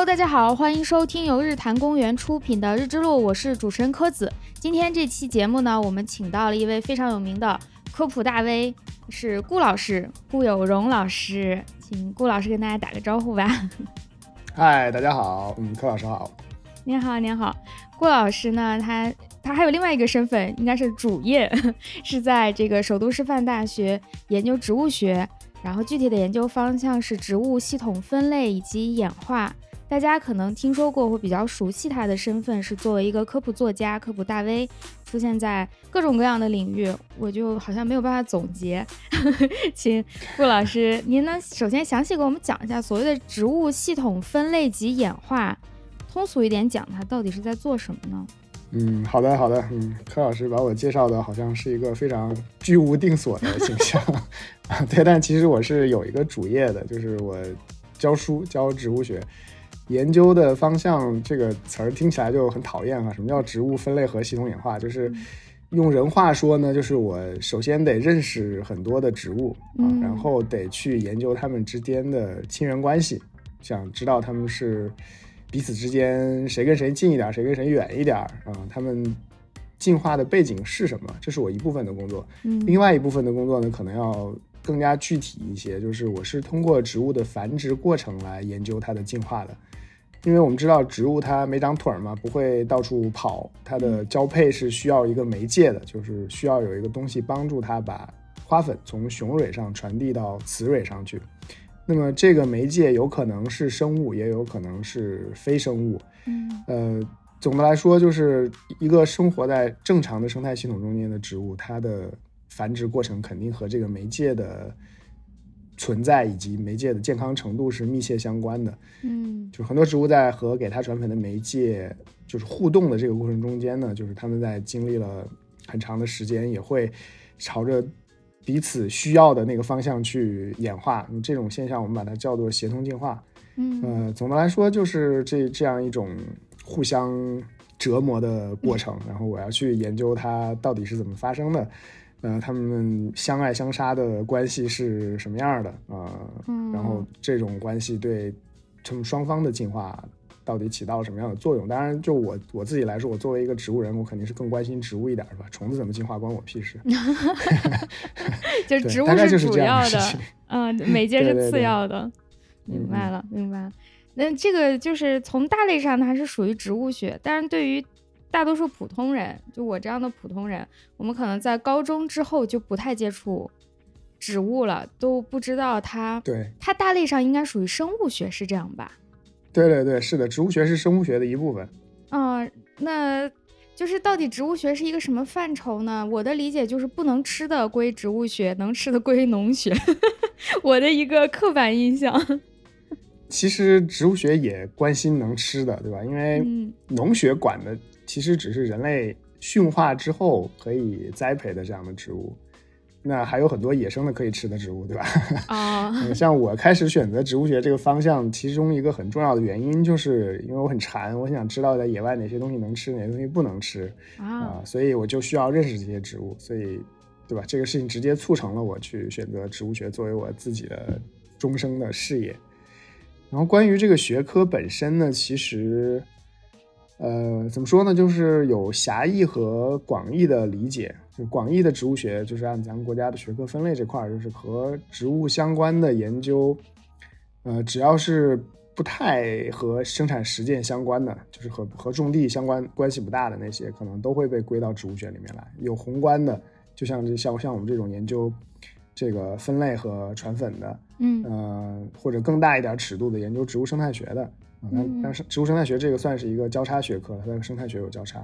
大家好，欢迎收听由日坛公园出品的日之路，我是主持人柯子。今天这期节目呢，我们请到了一位非常有名的科普大 V， 是顾老师，顾有容老师，请顾老师跟大家打个招呼吧。 嗨，大家好，柯老师好。 您好，您好。顾老师呢，他还有另外一个身份，应该是主业，是在这个首都师范大学研究植物学，然后具体的研究方向是植物系统分类以及演化。大家可能听说过或比较熟悉他的身份是作为一个科普作家、科普大 V， 出现在各种各样的领域，我就好像没有办法总结。请顾老师，您呢首先详细给我们讲一下所谓的植物系统分类及演化，通俗一点讲，它到底是在做什么呢？ 好的，柯老师把我介绍的好像是一个非常居无定所的形象对，但其实我是有一个主业的，就是我教书教植物学。研究的方向这个词儿听起来就很讨厌啊！什么叫植物分类和系统演化？就是用人话说呢，就是我首先得认识很多的植物然后得去研究它们之间的亲缘关系，想知道它们是彼此之间谁跟谁近一点，谁跟谁远一点它们进化的背景是什么？这是我一部分的工作。另外一部分的工作呢，可能要更加具体一些，就是我是通过植物的繁殖过程来研究它的进化的。因为我们知道植物它没长腿嘛，不会到处跑，它的交配是需要一个媒介的，就是需要有一个东西帮助它把花粉从雄蕊上传递到雌蕊上去。那么这个媒介有可能是生物，也有可能是非生物。总的来说，就是一个生活在正常的生态系统中间的植物，它的繁殖过程肯定和这个媒介的存在以及媒介的健康程度是密切相关的。就是很多植物在和给它传粉的媒介就是互动的这个过程中间呢，就是它们在经历了很长的时间，也会朝着彼此需要的那个方向去演化。这种现象我们把它叫做协同进化。总的来说就是这样一种互相折磨的过程，然后我要去研究它到底是怎么发生的。他们相爱相杀的关系是什么样的然后这种关系对他们双方的进化到底起到了什么样的作用？当然，就我自己来说，我作为一个植物人，我肯定是更关心植物一点，是吧？虫子怎么进化关我屁事。 就植物是主要的，媒介是次要的。明白了。那这个就是从大类上它是属于植物学，但是对于大多数普通人，就我这样的普通人，我们可能在高中之后就不太接触植物了，都不知道它大类上应该属于生物学，是这样吧？ 对，是的，植物学是生物学的一部分。 那就是到底植物学是一个什么范畴呢？我的理解就是不能吃的归植物学，能吃的归农学。我的一个刻板印象。 其实植物学也关心能吃的，对吧？因为农学管的其实只是人类驯化之后可以栽培的这样的植物，那还有很多野生的可以吃的植物，对吧？像我开始选择植物学这个方向，其中一个很重要的原因就是因为我很馋，我很想知道在野外哪些东西能吃，哪些东西不能吃所以我就需要认识这些植物，所以对吧？这个事情直接促成了我去选择植物学作为我自己的终生的事业。然后关于这个学科本身呢，其实怎么说呢，就是有狭义和广义的理解。就广义的植物学就是按咱们国家的学科分类这块，就是和植物相关的研究只要是不太和生产实践相关的，就是和种地相关关系不大的那些，可能都会被归到植物学里面来。有宏观的，就像我们这种研究这个分类和传粉的或者更大一点尺度的研究植物生态学的但是植物生态学这个算是一个交叉学科，它和生态学有交叉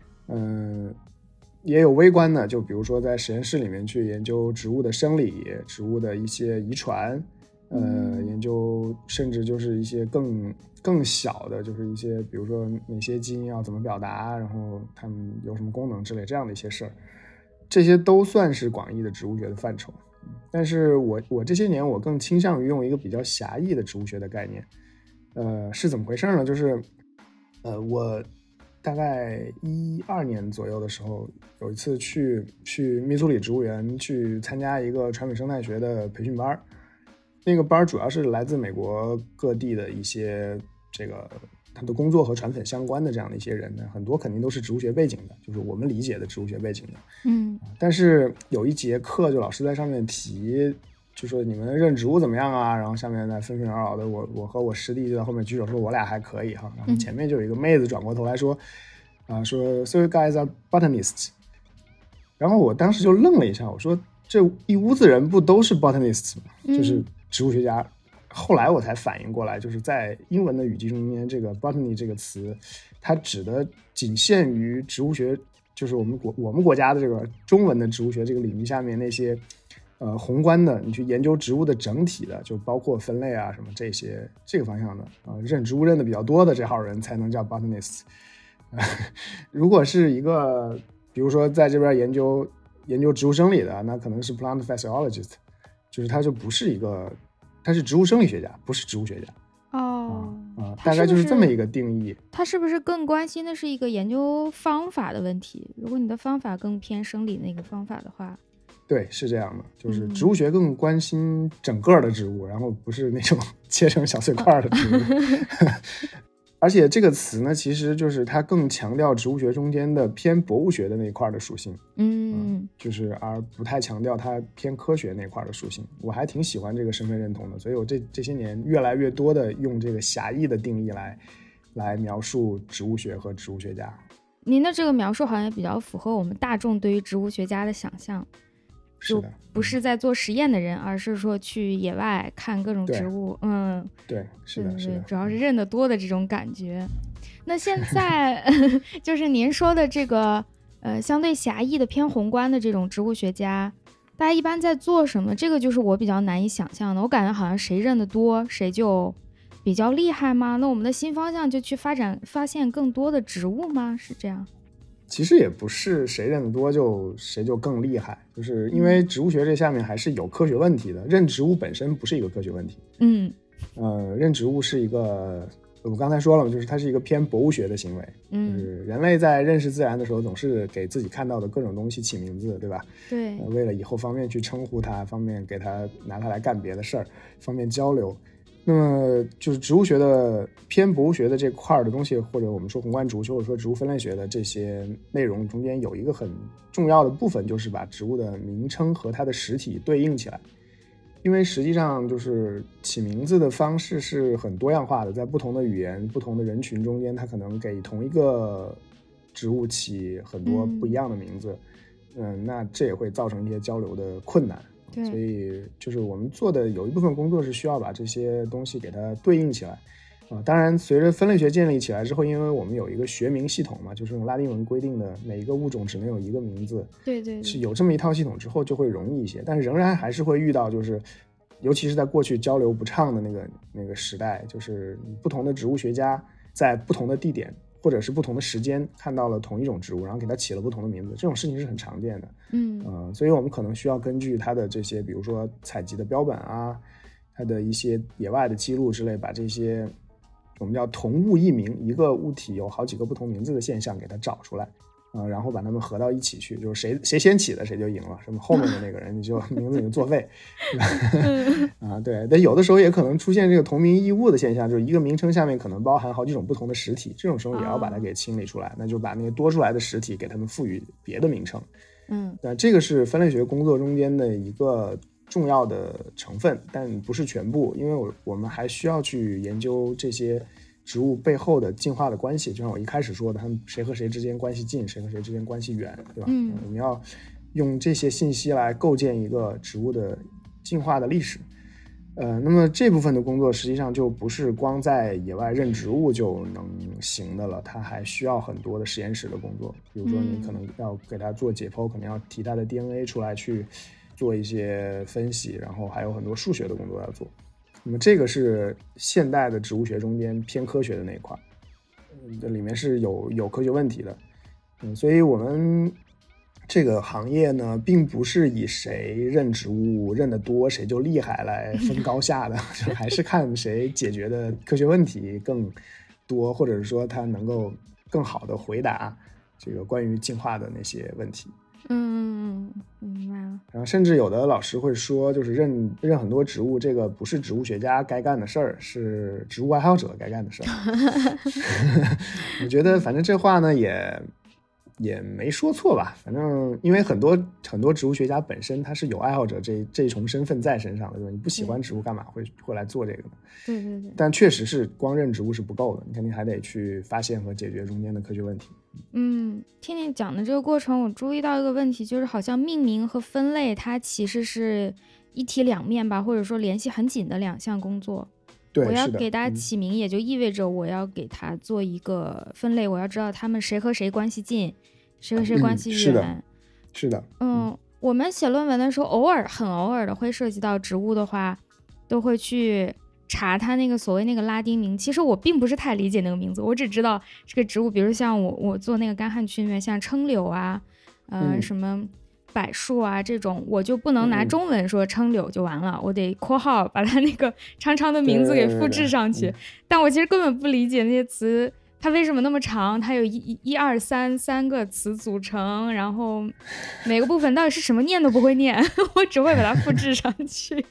也有微观的，就比如说在实验室里面去研究植物的生理，植物的一些遗传研究，甚至就是一些更小的，就是一些比如说哪些基因要怎么表达，然后它们有什么功能之类这样的一些事儿，这些都算是广义的植物学的范畴。但是我这些年我更倾向于用一个比较狭义的植物学的概念。是怎么回事呢？就是我大概12年左右的时候，有一次去密苏里植物园去参加一个传粉生态学的培训班。那个班主要是来自美国各地的一些这个他的工作和传粉相关的这样的一些人呢，很多肯定都是植物学背景的，就是我们理解的植物学背景的。但是有一节课就老师在上面提，就说你们认植物怎么样啊？然后下面呢纷纷扰扰的，我和我师弟就在后面举手说我俩还可以哈。然后前面就有一个妹子转过头来说，说 So you guys are botanists。然后我当时就愣了一下，我说这一屋子人不都是 botanists 吗？就是植物学家。后来我才反应过来，就是在英文的语境中间，这个 botany 这个词，它指的仅限于植物学，就是我们国家的这个中文的植物学这个领域下面那些宏观的，你去研究植物的整体的，就包括分类啊什么这个方向的认植物认的比较多的这号人才能叫 botanist。如果是一个比如说在这边研究植物生理的，那可能是 plant physiologist， 就是他就不是一个。他是植物生理学家，不是植物学家。大概就是这么一个定义。 他是不是更关心的是一个研究方法的问题？如果你的方法更偏生理那个方法的话， 对，是这样的，就是植物学更关心整个的植物，然后不是那种切成小碎块的植物。而且这个词呢，其实就是它更强调植物学中间的偏博物学的那一块的属性，就是而不太强调它偏科学那块的属性。我还挺喜欢这个身份认同的，所以我这些年越来越多的用这个狭义的定义来描述植物学和植物学家。 您的这个描述好像也比较符合我们大众对于植物学家的想象。 是的， 不是在做实验的人，而是说去野外看各种植物。 对，是的，是的， 主要是认得多的这种感觉。那现在就是您说的这个相对狭义的偏宏观的这种植物学家，大家一般在做什么？这个就是我比较难以想象的。我感觉好像谁认得多，谁就比较厉害吗？那我们的新方向就去发现更多的植物吗？是这样？ 其实也不是谁认得多就谁就更厉害，就是因为植物学这下面还是有科学问题的。认植物本身不是一个科学问题，认植物是一个，我刚才说了，就是它是一个偏博物学的行为。就是人类在认识自然的时候，总是给自己看到的各种东西起名字，对吧？ 对， 为了以后方便去称呼它，方便给它拿它来干别的事儿，方便交流。那么就是植物学的偏博物学的这块的东西，或者我们说宏观植物学，或者说植物分类学的这些内容中间有一个很重要的部分，就是把植物的名称和它的实体对应起来。因为实际上就是起名字的方式是很多样化的，在不同的语言、不同的人群中间，它可能给同一个植物起很多不一样的名字。那这也会造成一些交流的困难。所以就是我们做的有一部分工作是需要把这些东西给它对应起来。当然随着分类学建立起来之后，因为我们有一个学名系统嘛，就是用拉丁文规定的每一个物种只能有一个名字， 对， 是有这么一套系统之后就会容易一些。但是仍然还是会遇到，就是尤其是在过去交流不畅的那个时代，就是不同的植物学家在不同的地点或者是不同的时间看到了同一种植物，然后给它起了不同的名字，这种事情是很常见的。所以我们可能需要根据它的这些，比如说采集的标本啊，它的一些野外的记录之类，把这些我们叫同物异名，一个物体有好几个不同名字的现象给它找出来，然后把它们合到一起去，就是谁先起的谁就赢了，什么后面的那个人你就名字你就作废。对，但有的时候也可能出现这个同名异物的现象，就是一个名称下面可能包含好几种不同的实体，这种时候也要把它给清理出来，那就把那些多出来的实体给它们赋予别的名称。但这个是分类学工作中间的一个重要的成分，但不是全部，因为我们还需要去研究这些植物背后的进化的关系，就像我一开始说的，他们谁和谁之间关系近，谁和谁之间关系远，对吧？我们要用这些信息来构建一个植物的进化的历史。那么这部分的工作实际上就不是光在野外认植物就能行的了，它还需要很多的实验室的工作。比如说你可能要给它做解剖，可能要提它的 DNA 出来去做一些分析，然后还有很多数学的工作要做。那么这个是现代的植物学中间偏科学的那一块，这里面是有科学问题的。所以我们这个行业呢，并不是以谁认植物认得多谁就厉害来分高下的，就还是看谁解决的科学问题更多，或者是说他能够更好的回答这个关于进化的那些问题。 明白了。 然后甚至有的老师会说，就是认很多植物，这个不是植物学家该干的事儿，是植物爱好者该干的事儿。我觉得反正这话呢也没说错吧，反正因为很多植物学家本身他是有爱好者这一重身份在身上的，对吧？你不喜欢植物干嘛会来做这个呢？ 对对对。 但确实是光认植物是不够的，你肯定还得去发现和解决中间的科学问题。 听你讲的这个过程，我注意到一个问题，就是好像命名和分类它其实是一体两面吧，或者说联系很紧的两项工作。 对， 我要给它起名，也就意味着我要给它做一个分类，我要知道他们谁和谁关系近，谁和谁关系远。 是的。 我们写论文的时候，很偶尔的会涉及到植物的话，都会去查它那个所谓那个拉丁名。其实我并不是太理解那个名字，我只知道这个植物，比如像我做那个干旱区里面，像柽柳啊，什么柏树啊这种，我就不能拿中文说柽柳就完了，我得括号把它那个长长的名字给复制上去。但我其实根本不理解那些词它为什么那么长，它有三个词组成，然后每个部分到底是什么念都不会念，我只会把它复制上去。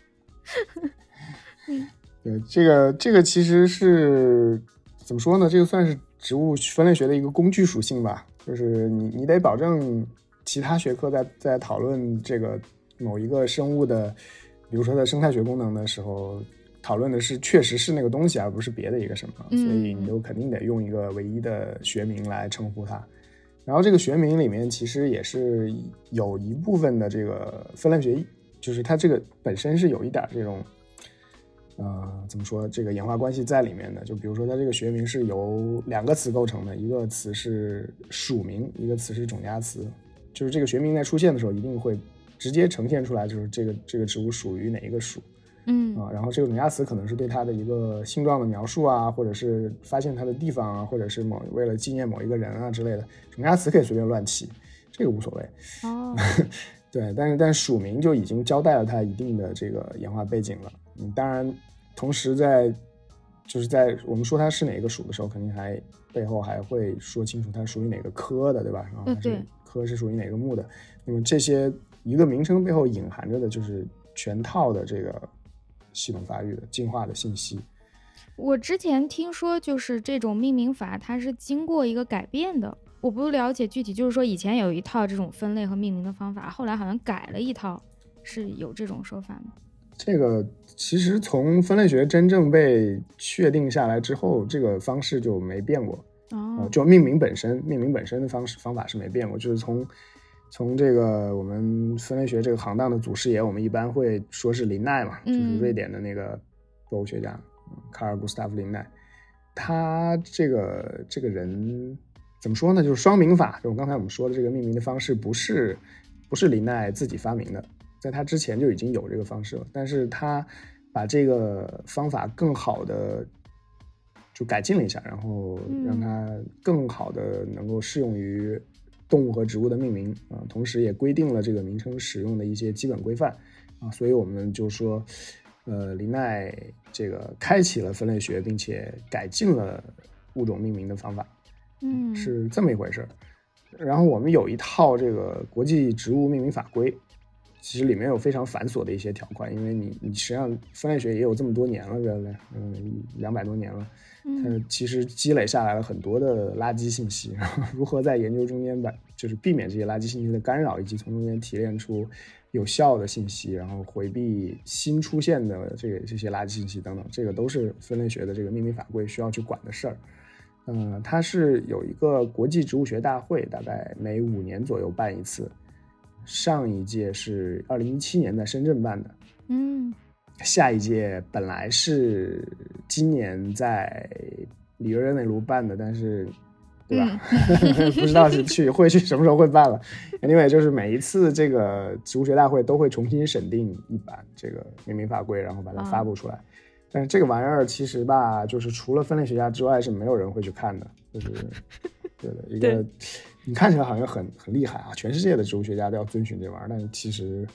对，这个其实是怎么说呢？这个算是植物分类学的一个工具属性吧，就是你得保证其他学科在讨论这个某一个生物的，比如说在生态学功能的时候，讨论的是确实是那个东西，而不是别的一个什么，所以你就肯定得用一个唯一的学名来称呼它。然后这个学名里面其实也是有一部分的这个分类学，就是它这个本身是有一点这种怎么说，这个演化关系在里面的。就比如说它这个学名是由2个词构成的，一个词是属名，一个词是种加词。就是这个学名在出现的时候一定会直接呈现出来，就是这个植物属于哪一个属。然后这个种加词可能是对它的一个性状的描述啊，或者是发现它的地方啊，或者是为了纪念某一个人啊之类的，种加词可以随便乱起，这个无所谓。对，但属名就已经交代了它一定的这个演化背景了。当然同时就是在我们说它是哪个属的时候，肯定背后还会说清楚它属于哪个科的，对吧？然后对， 科是属于哪个目的。那么这些一个名称背后隐含着的就是全套的这个系统发育的进化的信息。 我之前听说就是这种命名法它是经过一个改变的，我不了解具体，就是说以前有一套这种分类和命名的方法，后来好像改了一套，是有这种说法吗？ 这个其实从分类学真正被确定下来之后，这个方式就没变过。就命名本身的方法是没变过，就是从这个我们分类学这个行当的祖师爷，我们一般会说是林奈嘛，就是瑞典的那个动物学家卡尔·古斯塔夫·林奈。他这个人怎么说呢？就是双名法，就刚才我们说的这个命名的方式不是林奈自己发明的，在他之前就已经有这个方式了，但是他把这个方法更好的就改进了一下，然后让它更好的能够适用于动物和植物的命名同时也规定了这个名称使用的一些基本规范所以我们就说林奈这个开启了分类学，并且改进了物种命名的方法，是这么一回事。然后我们有一套这个国际植物命名法规，其实里面有非常繁琐的一些条款，因为你实际上分类学也有这么多年了，对不对？200多年了，它其实积累下来了很多的垃圾信息，然后如何在研究中间就是避免这些垃圾信息的干扰，以及从中间提炼出有效的信息，然后回避新出现的这些垃圾信息等等，这个都是分类学的这个命名法规需要去管的事儿。它是有一个国际植物学大会，大概每5年左右办一次。上一届是2017年在深圳办的，下一届本来是今年在里约热内卢办的，但是对吧？不知道会去什么时候会办了。Anyway， 就是每一次这个植物学大会都会重新审定一版这个命名法规，然后把它发布出来。但是这个玩意儿其实吧，就是除了分类学家之外是没有人会去看的，就是对的一个你看起来好像很厉害啊，全世界的植物学家都要遵循这玩意儿，但是其实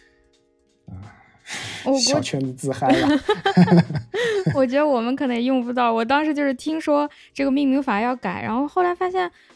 小圈子自嗨了。 我觉得我们可能也用不到。我当时就是听说这个命名法要改，然后后来发现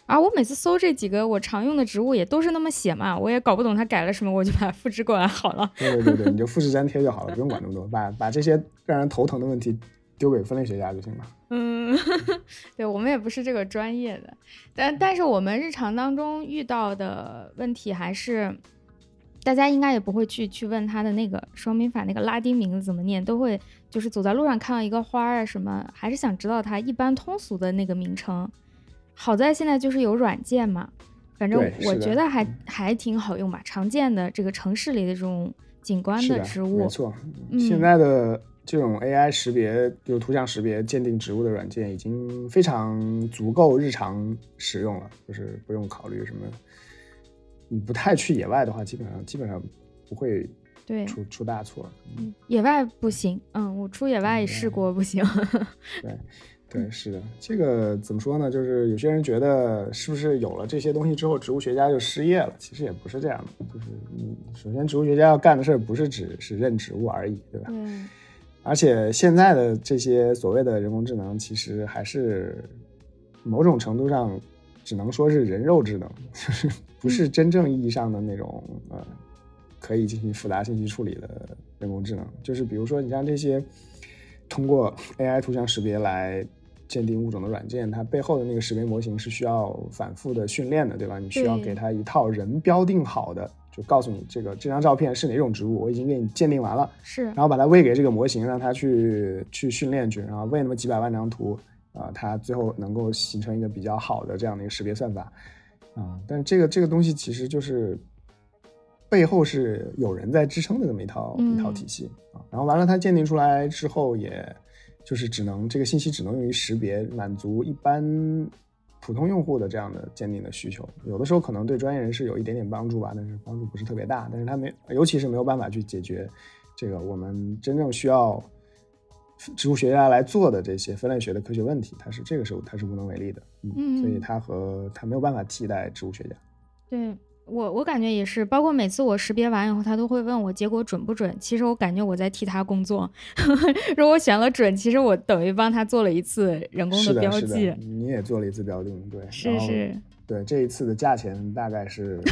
我每次搜这几个我常用的植物也都是那么写嘛，我也搞不懂它改了什么，我就把它复制过来好了。 对，你就复制粘贴就好了，不用管那么多，把这些让人头疼的问题丢给分类学家就行了。 对，我们也不是这个专业的，但是我们日常当中遇到的问题还是，大家应该也不会去问它的那个双名法那个拉丁名字怎么念，都会就是走在路上看到一个花啊什么，还是想知道它一般通俗的那个名称。好在现在就是有软件嘛，反正我觉得还挺好用吧，常见的这个城市里的这种景观的植物。 没错，现在的这种 AI 识别，就是图像识别鉴定植物的软件已经非常足够日常使用了，就是不用考虑什么，你不太去野外的话，基本上不会出大错。 野外不行，我出野外也试过，不行。 对，是的，这个怎么说呢？就是有些人觉得是不是有了这些东西之后，植物学家就失业了？其实也不是这样的，就是首先植物学家要干的事不是只是认植物而已，对吧？而且现在的这些所谓的人工智能，其实还是某种程度上只能说是人肉智能，就是不是真正意义上的那种可以进行复杂信息处理的人工智能。就是比如说你像这些通过 AI 图像识别来鉴定物种的软件，它背后的那个识别模型是需要反复的训练的，对吧？你需要给它一套人标定好的，就告诉你这张照片是哪种植物，我已经给你鉴定完了， 是，然后把它喂给这个模型，让它去训练去，然后喂那么几百万张图，它最后能够形成一个比较好的这样的一个识别算法，但是这个东西其实就是背后是有人在支撑的这么一套体系然后完了它鉴定出来之后，也就是这个信息只能用于识别，满足一般普通用户的这样的鉴定的需求，有的时候可能对专业人士有一点点帮助吧，但是帮助不是特别大，但是它尤其是没有办法去解决这个我们真正需要植物学家来做的这些分类学的科学问题，这个时候它是无能为力的，所以它没有办法替代植物学家。 对，我感觉也是，包括每次我识别完以后，他都会问我结果准不准。其实我感觉我在替他工作，如果选了准，其实我等于帮他做了一次人工的标记。 是的，你也做了一次标定，对， 是， 对，这一次的价钱大概是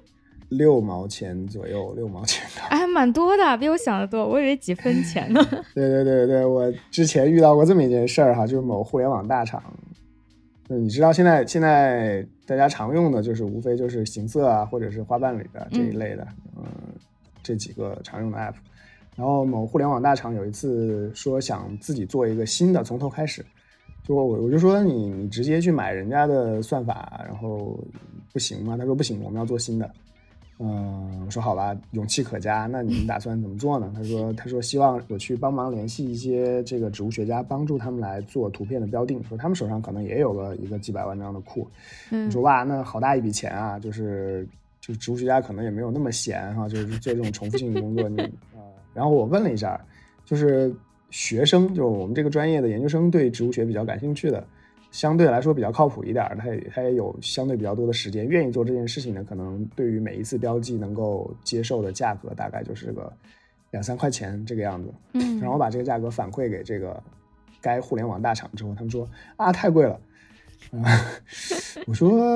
6毛钱左右，6毛钱的， 还蛮多的，比我想的多，我以为几分钱呢。 对，我之前遇到过这么一件事儿哈，就是某互联网大厂。你知道现在大家常用的就是无非就是行色啊，或者是花瓣里的这一类的，这几个常用的 app。然后某互联网大厂有一次说想自己做一个新的，从头开始，就我就说你直接去买人家的算法，然后不行吗？他说不行，我们要做新的。我说好吧，勇气可嘉。那你们打算怎么做呢？他说希望我去帮忙联系一些这个植物学家，帮助他们来做图片的标定，说他们手上可能也有一个几百万张的库。你说哇，那好大一笔钱啊！就是植物学家可能也没有那么闲哈，就是做这种重复性的工作。然后我问了一下，就是学生，就是我们这个专业的研究生对植物学比较感兴趣的，相对来说比较靠谱一点，他也有相对比较多的时间，愿意做这件事情呢，可能对于每一次标记能够接受的价格大概就是个2-3块钱这个样子。然后我把这个价格反馈给这个该互联网大厂之后，他们说太贵了。我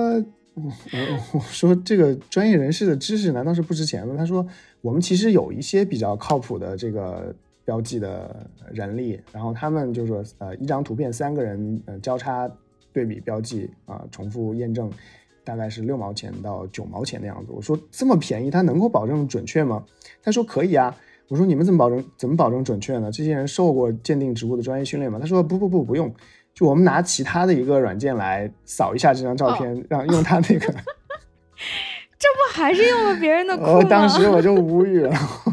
说这个专业人士的知识难道是不值钱吗？他说我们其实有一些比较靠谱的这个标记的人力，然后他们就说一张图片3个人交叉对比标记重复验证大概是6毛钱到9毛钱的样子。我说这么便宜，它能够保证准确吗？他说可以啊。我说你们怎么保证准确呢？这些人受过鉴定植物的专业训练吗？他说不用，就我们拿其他的一个软件来扫一下这张照片，让用他那个。 这不还是用了别人的库吗？ 当时我就无语了，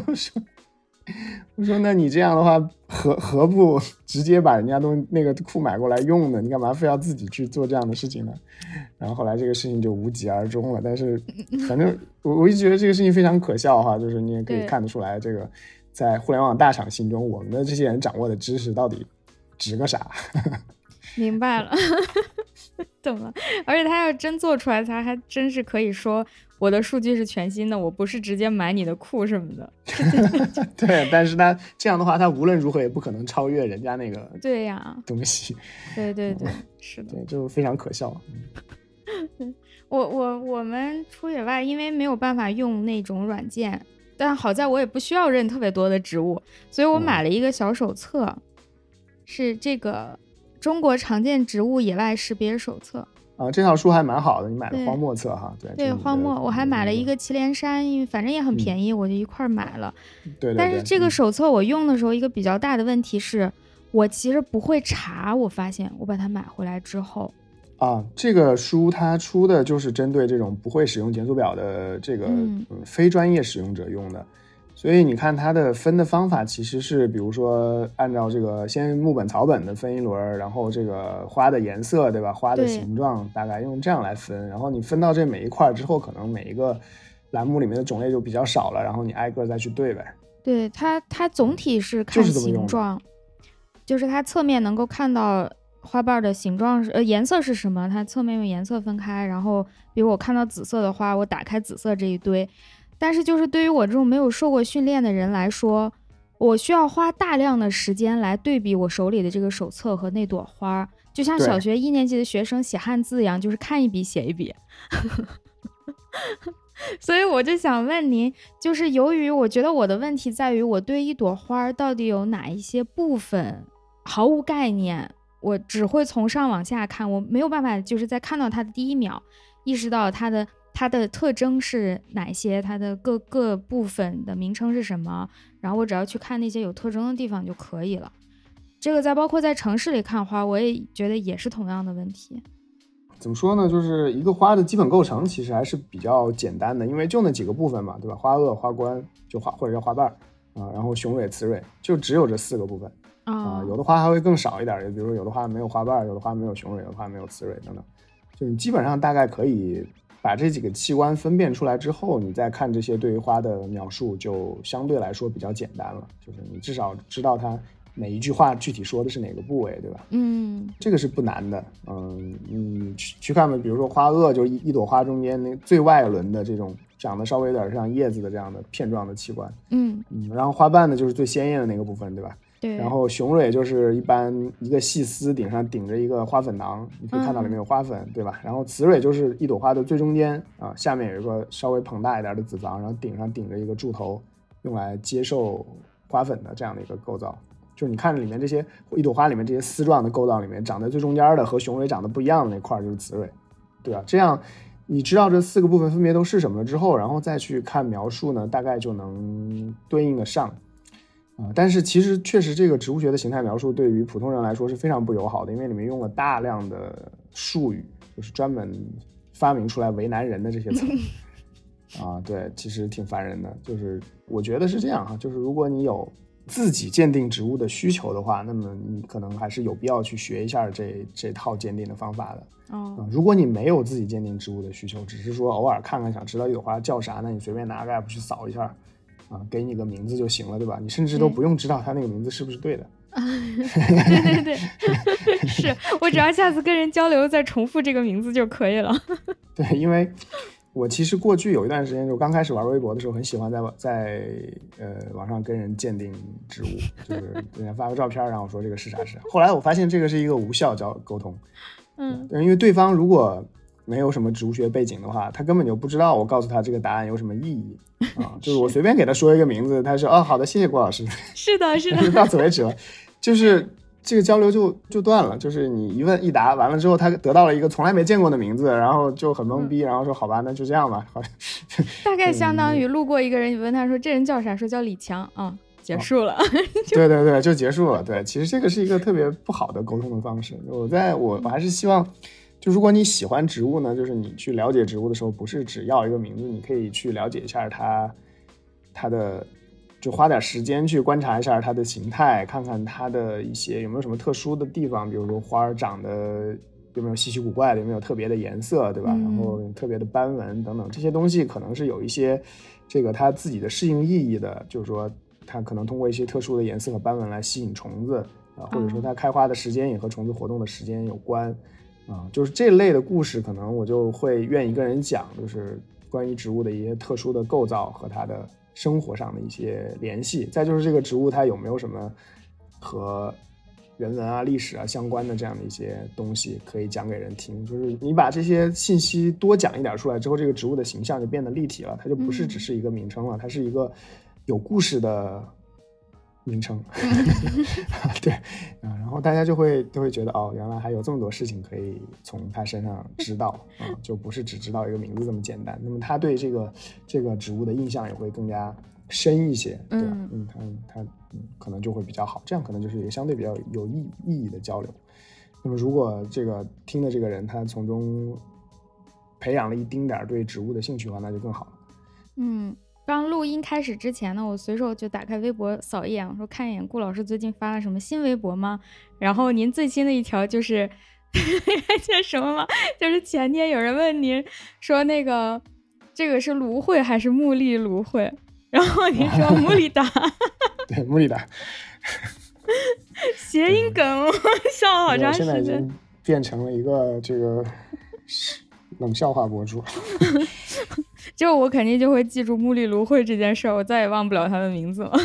我说那你这样的话何不直接把人家那个库买过来用呢？你干嘛非要自己去做这样的事情呢？然后后来这个事情就无疾而终了。但是反正我一直觉得这个事情非常可笑哈，就是你也可以看得出来，这个在互联网大厂心中，我们的这些人掌握的知识到底值个啥？ 明白了。懂了。而且他要真做出来，他还真是可以说我的数据是全新的，我不是直接买你的库什么的。 对，但是他这样的话，他无论如何也不可能超越人家那个对呀东西。 对，是的。 对，就非常可笑。 我们出野外，因为没有办法用那种软件，但好在我也不需要认特别多的植物，所以我买了一个小手册，是这个中国常见植物野外识别手册。 这套书还蛮好的，你买的荒漠册哈？ 对，荒漠，我还买了一个祁连山，因为反正也很便宜，我就一块买了。 对。 但是这个手册我用的时候，一个比较大的问题是，我其实不会查。我发现我把它买回来之后， 这个书它出的就是针对这种不会使用减速表的这个非专业使用者用的。所以你看它的分的方法其实是，比如说按照这个先木本草本的分一轮，然后这个花的颜色，对吧？花的形状大概用这样来分，然后你分到这每一块之后，可能每一个栏目里面的种类就比较少了，然后你挨个再去对呗。 对，它总体是看形状，就是它侧面能够看到花瓣的形状颜色是什么，它侧面用颜色分开，然后比如我看到紫色的花，我打开紫色这一堆。但是就是对于我这种没有受过训练的人来说，我需要花大量的时间来对比我手里的这个手册和那朵花，就像小学1年级的学生写汉字一样，就是看一笔写一笔。所以我就想问您，就是由于我觉得我的问题在于我对一朵花到底有哪一些部分毫无概念，我只会从上往下看，我没有办法就是在看到它的第一秒意识到它的特征是哪些，它的各个部分的名称是什么，然后我只要去看那些有特征的地方就可以了。这个包括在城市里看花，我也觉得也是同样的问题。 怎么说呢，就是一个花的基本构成其实还是比较简单的，因为就那几个部分嘛，对吧？花萼、花冠，就或者叫花瓣然后雄蕊、雌蕊，就只有这4个部分有的花还会更少一点，比如说有的花没有花瓣，有的花没有雄蕊，有的花没有雌蕊等等，就你基本上大概可以把这几个器官分辨出来之后，你再看这些对于花的描述就相对来说比较简单了，就是你至少知道它每一句话具体说的是哪个部位，对吧？这个是不难的。你去看吧，比如说花萼，就一朵花中间那最外轮的这种长得稍微有点像叶子的这样的片状的器官，然后花瓣呢就是最鲜艳的那个部分，对吧？ 对。 然后雄蕊就是一般一个细丝顶上顶着一个花粉囊，你可以看到里面有花粉，对吧？然后雌蕊就是一朵花的最中间下面有一个稍微膨大一点的子房，然后顶上顶着一个柱头，用来接受花粉的这样的一个构造。就是你看里面这些一朵花里面这些丝状的构造里面，长在最中间的和雄蕊长得不一样的那块就是雌蕊，对吧？这样你知道这4个部分分别都是什么了之后，然后再去看描述呢，大概就能对应得上。但是其实确实这个植物学的形态描述对于普通人来说是非常不友好的，因为里面用了大量的术语，就是专门发明出来为难人的这些词对，其实挺烦人的。就是我觉得是这样就是如果你有自己鉴定植物的需求的话，那么你可能还是有必要去学一下这套鉴定的方法的。如果你没有自己鉴定植物的需求，只是说偶尔看看想知道一朵花叫啥，那你随便拿个 app 去扫一下给你个名字就行了，对吧？你甚至都不用知道它那个名字是不是对的。 对是我只要下次跟人交流再重复这个名字就可以了。 对，因为我其实过去有一段时间，就刚开始玩微博的时候，很喜欢在网上跟人鉴定植物，就是人家发个照片，然后说这个是啥是啥。后来我发现这个是一个无效沟通，因为对方如果没有什么植物学背景的话，他根本就不知道我告诉他这个答案有什么意义就是我随便给他说一个名字，他说好的，谢谢郭老师。 是的，是的， 到此为止了，就是这个交流就断了，就是你一问一答完了之后，他得到了一个从来没见过的名字，然后就很懵逼，然后说好吧，那就这样吧。 大概相当于路过一个人，你问他说这人叫啥，说叫李强结束了。 对对对，就结束了。对，其实这个是一个特别不好的沟通的方式。我还是希望，就如果你喜欢植物呢，就是你去了解植物的时候，不是只要一个名字，你可以去了解一下它的。就花点时间去观察一下它的形态，看看它的一些有没有什么特殊的地方，比如说花长得有没有稀奇古怪的，有没有特别的颜色，对吧？然后特别的斑纹等等，这些东西可能是有一些这个它自己的适应意义的，就是说它可能通过一些特殊的颜色和斑纹来吸引虫子或者说它开花的时间也和虫子活动的时间有关就是这类的故事，可能我就会愿意跟人讲，就是关于植物的一些特殊的构造和它的生活上的一些联系。再就是这个植物它有没有什么和人文啊、历史啊相关的这样的一些东西可以讲给人听。就是你把这些信息多讲一点出来之后，这个植物的形象就变得立体了，它就不是只是一个名称了，它是一个有故事的名称。对，然后大家都会觉得哦，原来还有这么多事情可以从他身上知道，就不是只知道一个名字这么简单。那么他对这个植物的印象也会更加深一些，对吧？他可能就会比较好，这样可能就是一个相对比较有意义的交流。那么如果这个听的这个人他从中培养了一丁点对植物的兴趣的话，那就更好了。 刚录音开始之前呢，我随手就打开微博扫一眼，我说看一眼顾老师最近发了什么新微博吗？然后您最新的一条就是叫什么吗？就是前天有人问您说那个这个是芦荟还是木栗芦荟，然后您说木里达。 对，木里达。 谐音梗，我笑了好长时间。 现在已经变成了一个这个冷笑话博主。 就我肯定就会记住木栗芦荟这件事儿，我再也忘不了他的名字了。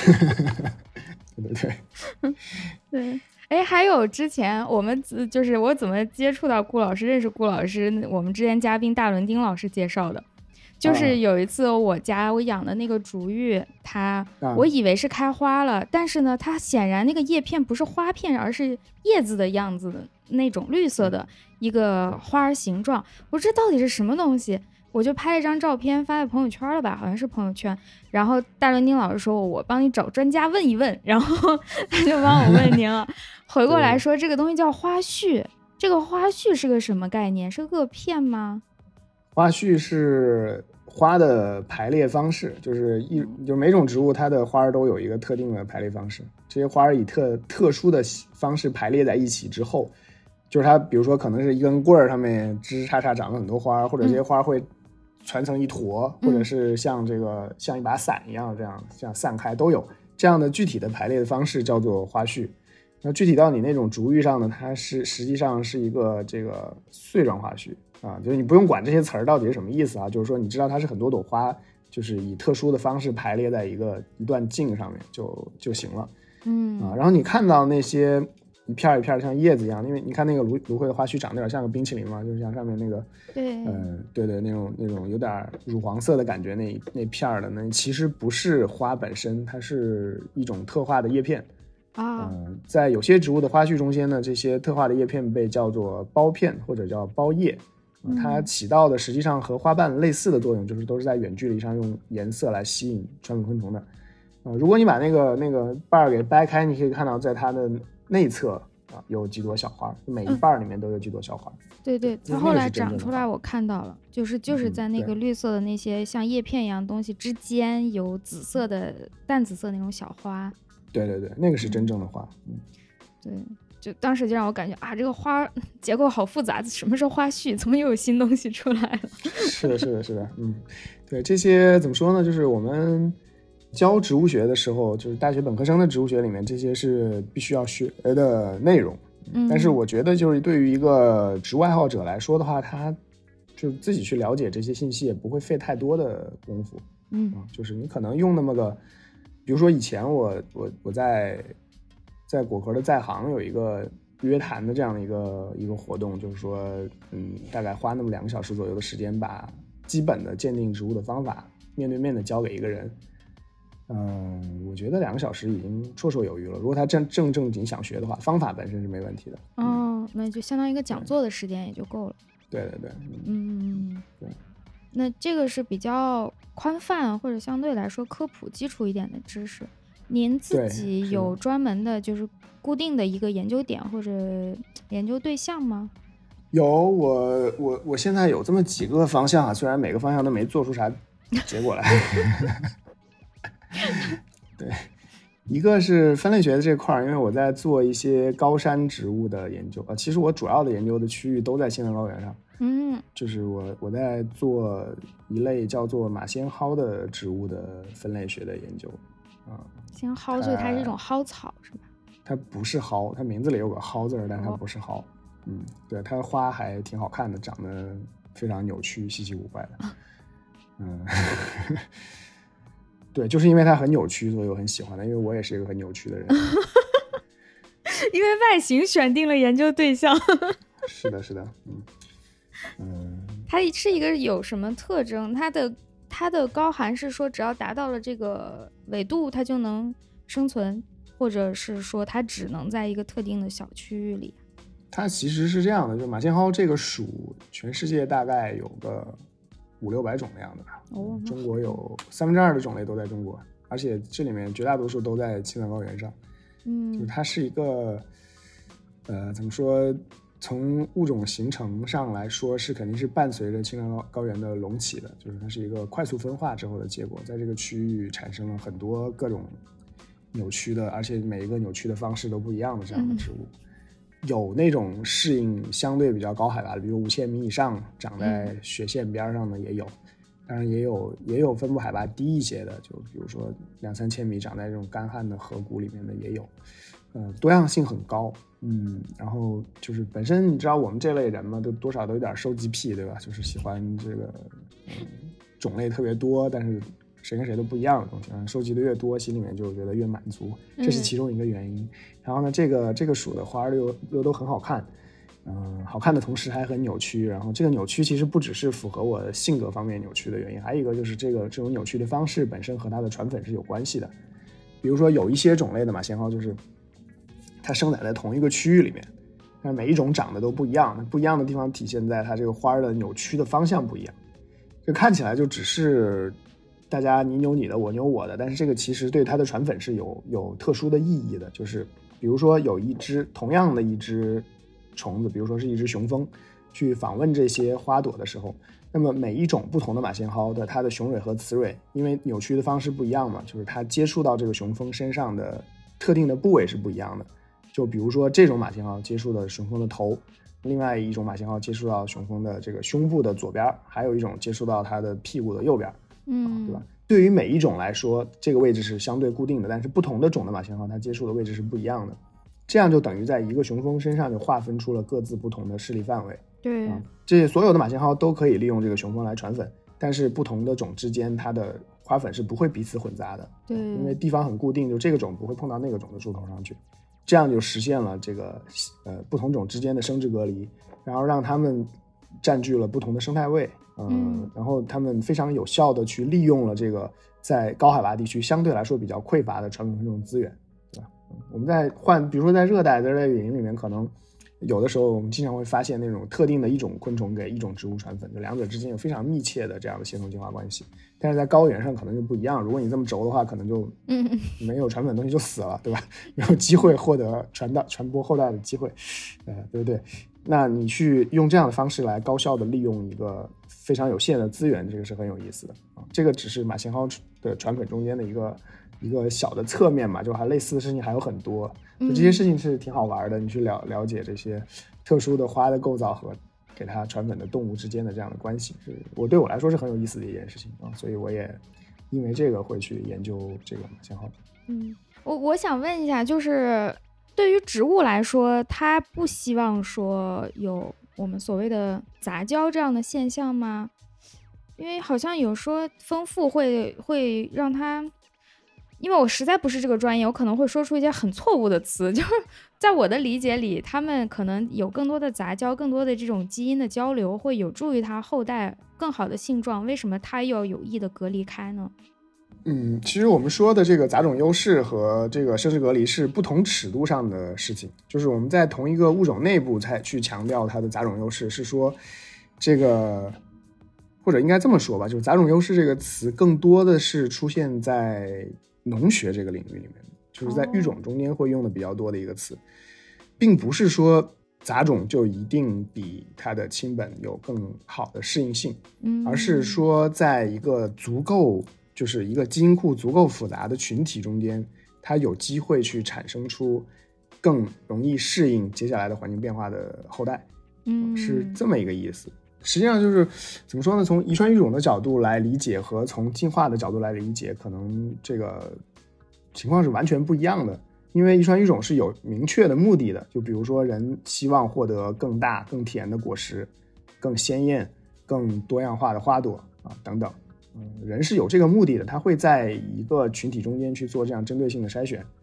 对，哎，还有之前我们就是我怎么接触到顾老师，认识顾老师，我们之前嘉宾大伦丁老师介绍的。就是有一次我养的那个竹芋，我以为是开花了，但是呢它显然那个叶片不是花片，而是叶子的样子的那种绿色的一个花形状。我说这到底是什么东西，我就拍了一张照片发在朋友圈了吧，好像是朋友圈。然后大伦丁老师说我帮你找专家问一问，然后他就帮我问您了。回过来说这个东西叫花序，这个花序是个什么概念？是个片吗？ 花序是花的排列方式，就是每种植物它的花都有一个特定的排列方式，这些花以特殊的方式排列在一起之后，就是它比如说可能是一根棍儿上面枝枝杈杈长了很多花，或者这些花会传成一坨，或者是像一把伞一样这样散开，都有这样的具体的排列的方式叫做花序。那具体到你那种竹芋上呢，它实际上是一个这个穗状花序啊，就是你不用管这些词儿到底是什么意思啊，就是说你知道它是很多朵花，就是以特殊的方式排列在一段茎上面就行了。然后你看到那些一片一片像叶子一样，因为你看那个芦荟的花序长得有点像个冰淇淋嘛，就是像上面那个对那种有点乳黄色的感觉那片的，那其实不是花本身，它是一种特化的叶片。在有些植物的花序中间呢，这些特化的叶片被叫做苞片或者叫苞叶，它起到的实际上和花瓣类似的作用，就是都是在远距离上用颜色来吸引穿孔昆虫的。如果你把那个瓣儿给掰开，你可以看到在它的内侧有几朵小花，每一瓣里面都有几朵小花。 对，它后来长出来我看到了，就是在那个绿色的那些像叶片一样东西之间有紫色的淡紫色那种小花。对， 那个是真正的花。 对，就当时就让我感觉这个花结构好复杂，什么是花序？怎么又有新东西出来了？ 是的，对，这些怎么说呢？就是我们教植物学的时候，就是大学本科生的植物学里面，这些是必须要学的内容。但是我觉得，就是对于一个植物爱好者来说的话，他就自己去了解这些信息，也不会费太多的功夫。就是你可能用那么个。比如说以前我在果壳的在行有一个约谈的这样的一个活动，就是说大概花那么2个小时左右的时间，把基本的鉴定植物的方法面对面的教给一个人。我觉得2个小时已经绰绰有余了。如果他正经想学的话，方法本身是没问题的。 那就相当于一个讲座的时间也就够了。 对。 对。那这个是比较宽泛或者相对来说科普基础一点的知识。您自己有专门的就是固定的一个研究点或者研究对象吗？ 有，我现在有这么几个方向虽然每个方向都没做出啥结果来。对，一个是分类学的这块，因为我在做一些高山植物的研究其实我主要的研究的区域都在青藏高原上。就是我在做一类叫做马先蒿的植物的分类学的研究。 先蒿，所以它是一种蒿草是吧？ 它不是蒿，它名字里有个蒿字，但它不是蒿。对，它的花还挺好看的，长得非常扭曲稀奇古怪的。对，就是因为它很扭曲，所以我很喜欢它，因为我也是一个很扭曲的人。 因为外形选定了研究对象。 是的，是的， 它是一个有什么特征？它的高寒是说只要达到了这个纬度，它就能生存，或者是说它只能在一个特定的小区域里？ 它其实是这样的，就马先蒿这个属，全世界大概有个500-600种的样子吧。中国有2/3的种类都在中国，而且这里面绝大多数都在青藏高原上。就是它是一个，怎么说？从物种形成上来说，肯定是伴随着青藏高原的隆起的，就是它是一个快速分化之后的结果，在这个区域产生了很多各种扭曲的，而且每一个扭曲的方式都不一样的这样的植物。有那种适应相对比较高海拔的，比如5000米以上长在雪线边上的也有，当然也有分布海拔低一些的，就比如说2-3千米长在这种干旱的河谷里面的也有，多样性很高。然后就是本身你知道我们这类人嘛，都多少都有点收集癖，对吧？就是喜欢这个种类特别多，但是谁跟谁都不一样的东西，收集的越多，心里面就觉得越满足，这是其中一个原因。然后呢，这个属的花又都很好看，好看的同时还很扭曲。然后这个扭曲其实不只是符合我性格方面扭曲的原因，还有一个就是这种扭曲的方式本身和它的传粉是有关系的。比如说有一些种类的马先蒿，就是它生长在同一个区域里面，但每一种长得都不一样，不一样的地方体现在它这个花的扭曲的方向不一样，就看起来就只是大家你扭你的，我扭我的，但是这个其实对它的传粉是有特殊的意义的。就是比如说有同样的一只虫子，比如说是一只雄蜂，去访问这些花朵的时候，那么每一种不同的马先蒿的它的雄蕊和雌蕊，因为扭曲的方式不一样嘛，就是它接触到这个雄蜂身上的特定的部位是不一样的。就比如说这种马先蒿接触的雄蜂的头，另外一种马先蒿接触到雄蜂的这个胸部的左边，还有一种接触到它的屁股的右边，对吧？对于每一种来说，这个位置是相对固定的，但是不同的种的马先蒿它接触的位置是不一样的，这样就等于在一个雄蜂身上就划分出了各自不同的势力范围。 对， 这些所有的马先蒿都可以利用这个雄蜂来传粉，但是不同的种之间它的花粉是不会彼此混杂的。 对， 因为地方很固定，就这个种不会碰到那个种的树头上去，这样就实现了这个不同种之间的生殖隔离，然后让它们占据了不同的生态位。然后他们非常有效的去利用了这个在高海拔地区相对来说比较匮乏的传粉这种资源，对吧？我们比如说在热带的热带雨林里面，可能有的时候我们经常会发现那种特定的一种昆虫给一种植物传粉，就两者之间有非常密切的这样的协同进化关系。但是在高原上可能就不一样，如果你这么轴的话，可能就没有传粉的东西就死了，对吧？没有机会获得传播后代的机会，对不对？那你去用这样的方式来高效的利用一个非常有限的资源，这个是很有意思的啊。这个只是马先蒿的传粉中间的一个小的侧面嘛，就还类似的事情还有很多，就这些事情是挺好玩的。你去了解这些特殊的花的构造和给它传粉的动物之间的这样的关系，对我来说是很有意思的一件事情啊，所以我也因为这个会去研究这个马先蒿。 我想问一下，就是对于植物来说，它不希望说有我们所谓的杂交这样的现象吗？因为好像有说丰富会让它，因为我实在不是这个专业，我可能会说出一些很错误的词，就是在我的理解里，他们可能有更多的杂交，更多的这种基因的交流，会有助于它后代更好的性状，为什么它又要有意的隔离开呢？ 其实我们说的这个杂种优势和这个生殖隔离是不同尺度上的事情，就是我们在同一个物种内部才去强调它的杂种优势，是说这个，或者应该这么说吧，就是杂种优势这个词更多的是出现在农学这个领域里面，就是在育种中间会用的比较多的一个词，并不是说杂种就一定比它的亲本有更好的适应性，而是说在一个就是一个基因库足够复杂的群体中间，它有机会去产生出更容易适应接下来的环境变化的后代，是这么一个意思。实际上就是怎么说呢？从遗传育种的角度来理解和从进化的角度来理解，可能这个情况是完全不一样的。因为遗传育种是有明确的目的的，就比如说人希望获得更大、更甜的果实、更鲜艳、更多样化的花朵等等。人是有这个目的的，他会在一个群体中间去做这样针对性的筛选，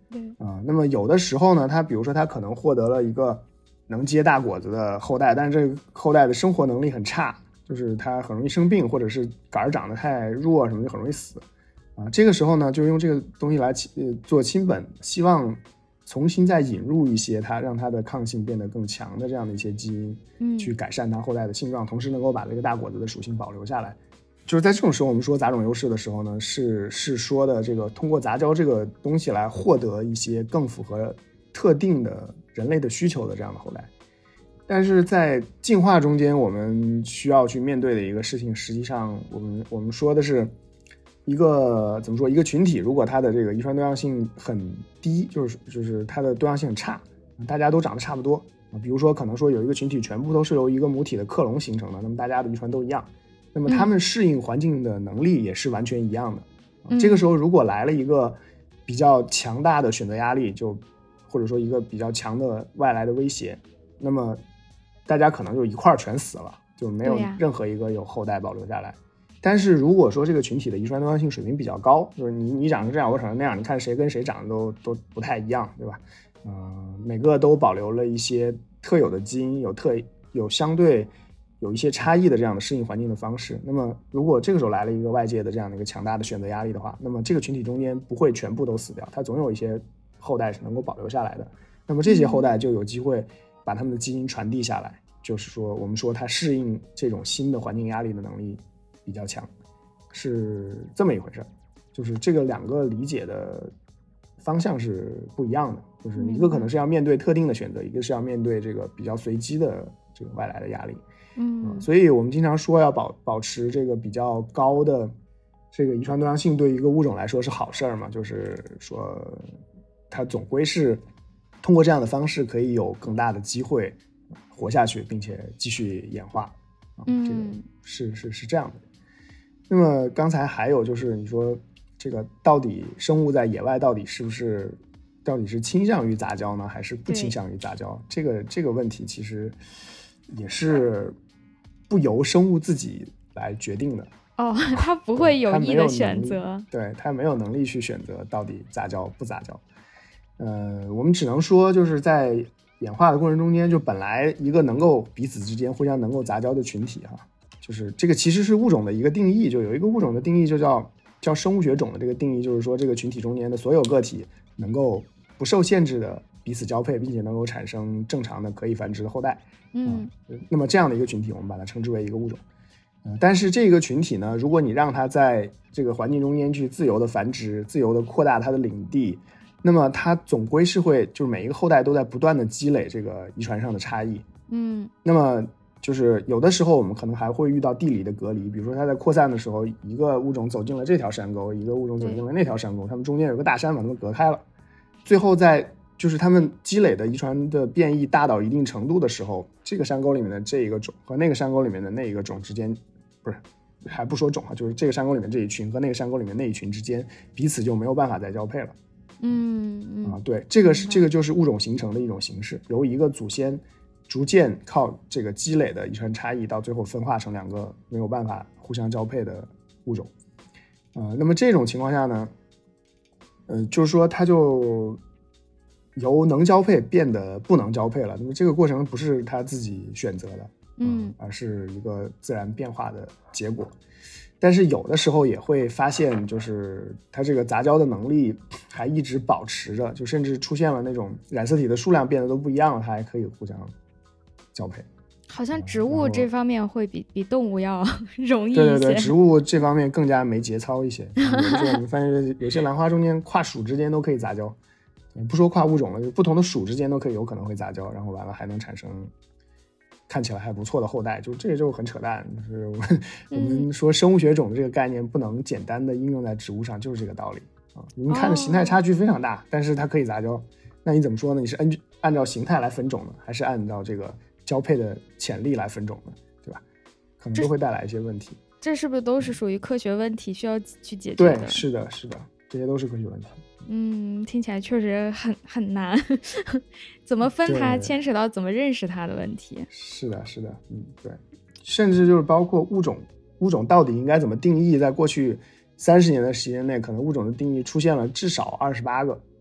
对那么有的时候呢，它比如说它可能获得了一个能结大果子的后代，但是这个后代的生活能力很差，就是它很容易生病，或者是杆儿长得太弱什么就很容易死这个时候呢，就用这个东西来做亲本，希望重新再引入一些让它的抗性变得更强的这样的一些基因，去改善它后代的性状，同时能够把这个大果子的属性保留下来。就是在这种时候，我们说杂种优势的时候呢，是说的这个通过杂交这个东西来获得一些更符合特定的人类的需求的这样的后代。但是在进化中间，我们需要去面对的一个事情，实际上我们说的是一个怎么说？一个群体如果它的这个遗传多样性很低，就是它的多样性很差，大家都长得差不多比如说可能说有一个群体全部都是由一个母体的克隆形成的，那么大家的遗传都一样。那么他们适应环境的能力也是完全一样的这个时候如果来了一个比较强大的选择压力，或者说一个比较强的外来的威胁，那么大家可能就一块儿全死了，就没有任何一个有后代保留下来但是如果说这个群体的遗传多样性水平比较高，就是你长成这样，我长成那样，你看谁跟谁长得都不太一样，对吧每个都保留了一些特有的基因，有相对有一些差异的这样的适应环境的方式。那么如果这个时候来了一个外界的这样的一个强大的选择压力的话，那么这个群体中间不会全部都死掉，它总有一些后代是能够保留下来的。那么这些后代就有机会把他们的基因传递下来，就是说我们说它适应这种新的环境压力的能力比较强，是这么一回事。就是这个两个理解的方向是不一样的，就是一个可能是要面对特定的选择，一个是要面对这个比较随机的这个外来的压力所以我们经常说要保持这个比较高的这个遗传多样性，对于一个物种来说是好事嘛，就是说它总归是通过这样的方式可以有更大的机会活下去，并且继续演化这个是这样的。那么刚才还有就是你说这个到底生物在野外到底是倾向于杂交呢，还是不倾向于杂交？这个问题其实也是不由生物自己来决定的它不会有意的选择， 对，它没有能力去选择到底杂交不杂交。我们只能说就是在演化的过程中间，就本来一个能够彼此之间互相能够杂交的群体就是这个其实是物种的一个定义，就有一个物种的定义就叫生物学种的这个定义，就是说这个群体中间的所有个体能够不受限制的彼此交配，并且能够产生正常的可以繁殖的后代那么这样的一个群体我们把它称之为一个物种但是这个群体呢，如果你让它在这个环境中间去自由的繁殖，自由的扩大它的领地，那么它总归是会就是每一个后代都在不断的积累这个遗传上的差异那么就是有的时候我们可能还会遇到地理的隔离，比如说它在扩散的时候，一个物种走进了这条山沟，一个物种走进了那条山沟，它们中间有个大山把它们隔开了，最后在就是它们积累的遗传的变异大到一定程度的时候，这个山沟里面的这一个种和那个山沟里面的那一个种之间，不是还不说种就是这个山沟里面这一群和那个山沟里面那一群之间彼此就没有办法再交配了对，这个就是物种形成的一种形式，由一个祖先逐渐靠这个积累的遗传差异到最后分化成两个没有办法互相交配的物种那么这种情况下呢就是说它就由能交配变得不能交配了，那么这个过程不是它自己选择的而是一个自然变化的结果。但是有的时候也会发现就是它这个杂交的能力还一直保持着，就甚至出现了那种染色体的数量变得都不一样了，它还可以互相交配。 好像植物这方面会比动物要容易一些。 对对对，植物这方面更加没节操一些。有的时候你发现有些兰花中间跨属之间都可以杂交，不说跨物种了，就不同的属之间都有可能会杂交，然后完了还能产生看起来还不错的后代，就这就很扯淡。就是我们说生物学种的这个概念不能简单的应用在植物上，就是这个道理你们看的形态差距非常大但是它可以杂交，那你怎么说呢？你是按照形态来分种呢，还是按照这个交配的潜力来分种呢？对吧？可能都会带来一些问题。 这是不是都是属于科学问题需要去解决的？ 对，是的，这些都是科学问题。 听起来确实很难怎么分它牵扯到怎么认识它的问题。是的对，甚至就是包括物种到底应该怎么定义，在过去30年的时间内可能物种的定义出现了至少28个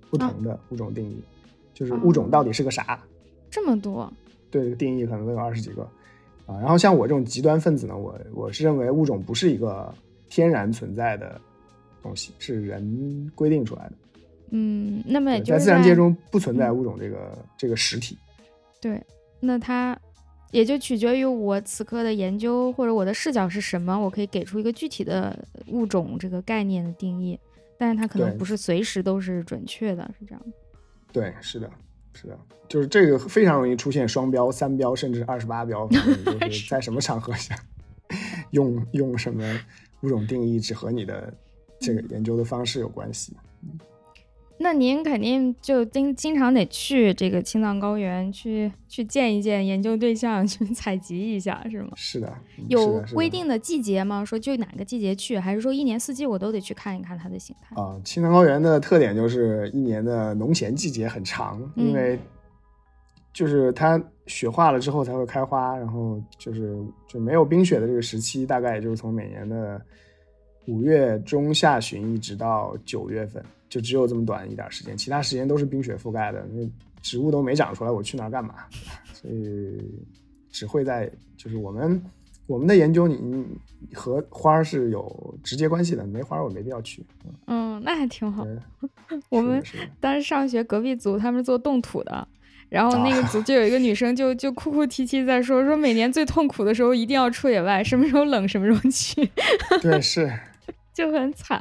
不同的物种定义，就是物种到底是个啥， 这么多， 对，定义可能都有20几个啊。然后像我这种极端分子呢，我是认为物种不是一个天然存在的东西，是人规定出来的。 那么也就是在自然界中不存在物种这个实体。 对，那它也就取决于我此刻的研究或者我的视角是什么，我可以给出一个具体的物种这个概念的定义，但是它可能不是随时都是准确的，是这样的。 对，是的，就是这个非常容易出现双标、3标甚至28标，就是在什么场合下用什么物种定义只和你的这个研究的方式有关系。 那您肯定就经常得去这个青藏高原去见一见研究对象，去采集一下，是吗？ 是的。 有规定的季节吗？说就哪个季节去，还是说一年四季我都得去看一看它的形态？ 青藏高原的特点就是一年的农闲季节很长，因为就是它雪化了之后才会开花，然后就没有冰雪的这个时期，大概也就是从每年的5月中下旬一直到9月份，就只有这么短一点时间，其他时间都是冰雪覆盖的，那植物都没长出来，我去那儿干嘛？所以只会在就是我们的研究，你和花是有直接关系的，没花我没必要去。 那还挺好。我们当时上学隔壁组他们是做冻土的，然后那个组就有一个女生就哭哭啼啼在说每年最痛苦的时候一定要出野外，什么时候冷什么时候去。对， 是就很惨。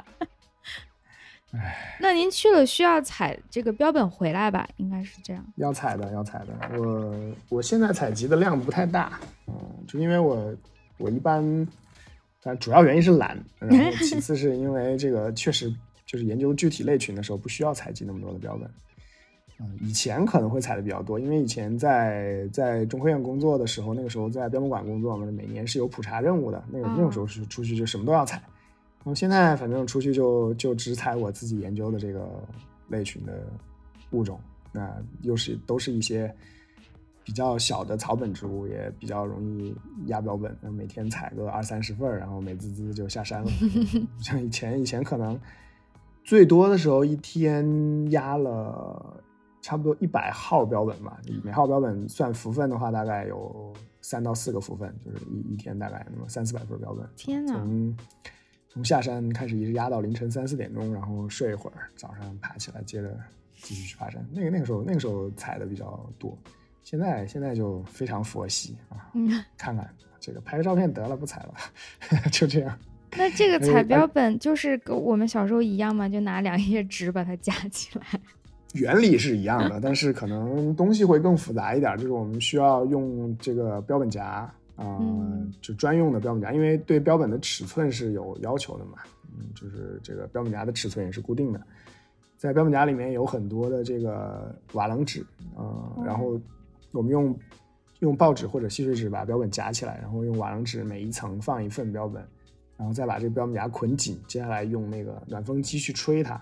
那您去了需要采这个标本回来吧？应该是这样。 要采的。我现在采集的量不太大，就因为我一般，但主要原因是懒，然后其次是因为这个确实就是研究具体类群的时候不需要采集那么多的标本。以前可能会采的比较多，因为以前在中科院工作的时候，那个时候在标本馆工作，我们每年是有普查任务的，那个时候是出去就什么都要采。然后现在反正出去就只采我自己研究的这个类群的物种，那都是一些比较小的草本植物，也比较容易压标本，每天采个20-30份，然后美滋滋就下山了。像以前可能最多的时候一天压了差不多100号标本吧，每号标本算福分的话，大概有3到4个福分，就是一天大概那么300-400份标本。 天哪！ 从下山开始一直压到凌晨3-4点钟，然后睡一会儿，早上爬起来接着继续去爬山。那个时候采的比较多，现在就非常佛系啊。看看这个拍个照片得了，不采了，就这样。 那这个采标本就是跟我们小时候一样吗？就拿2页纸把它夹起来？ 原理是一样的，但是可能东西会更复杂一点，就是我们需要用这个标本夹。就专用的标本夹，因为对标本的尺寸是有要求的嘛，就是这个标本夹的尺寸也是固定的，在标本夹里面有很多的这个瓦楞纸，然后我们用报纸或者吸水纸把标本夹起来，然后用瓦楞纸每一层放一份标本，然后再把这个标本夹捆紧，接下来用那个暖风机去吹它，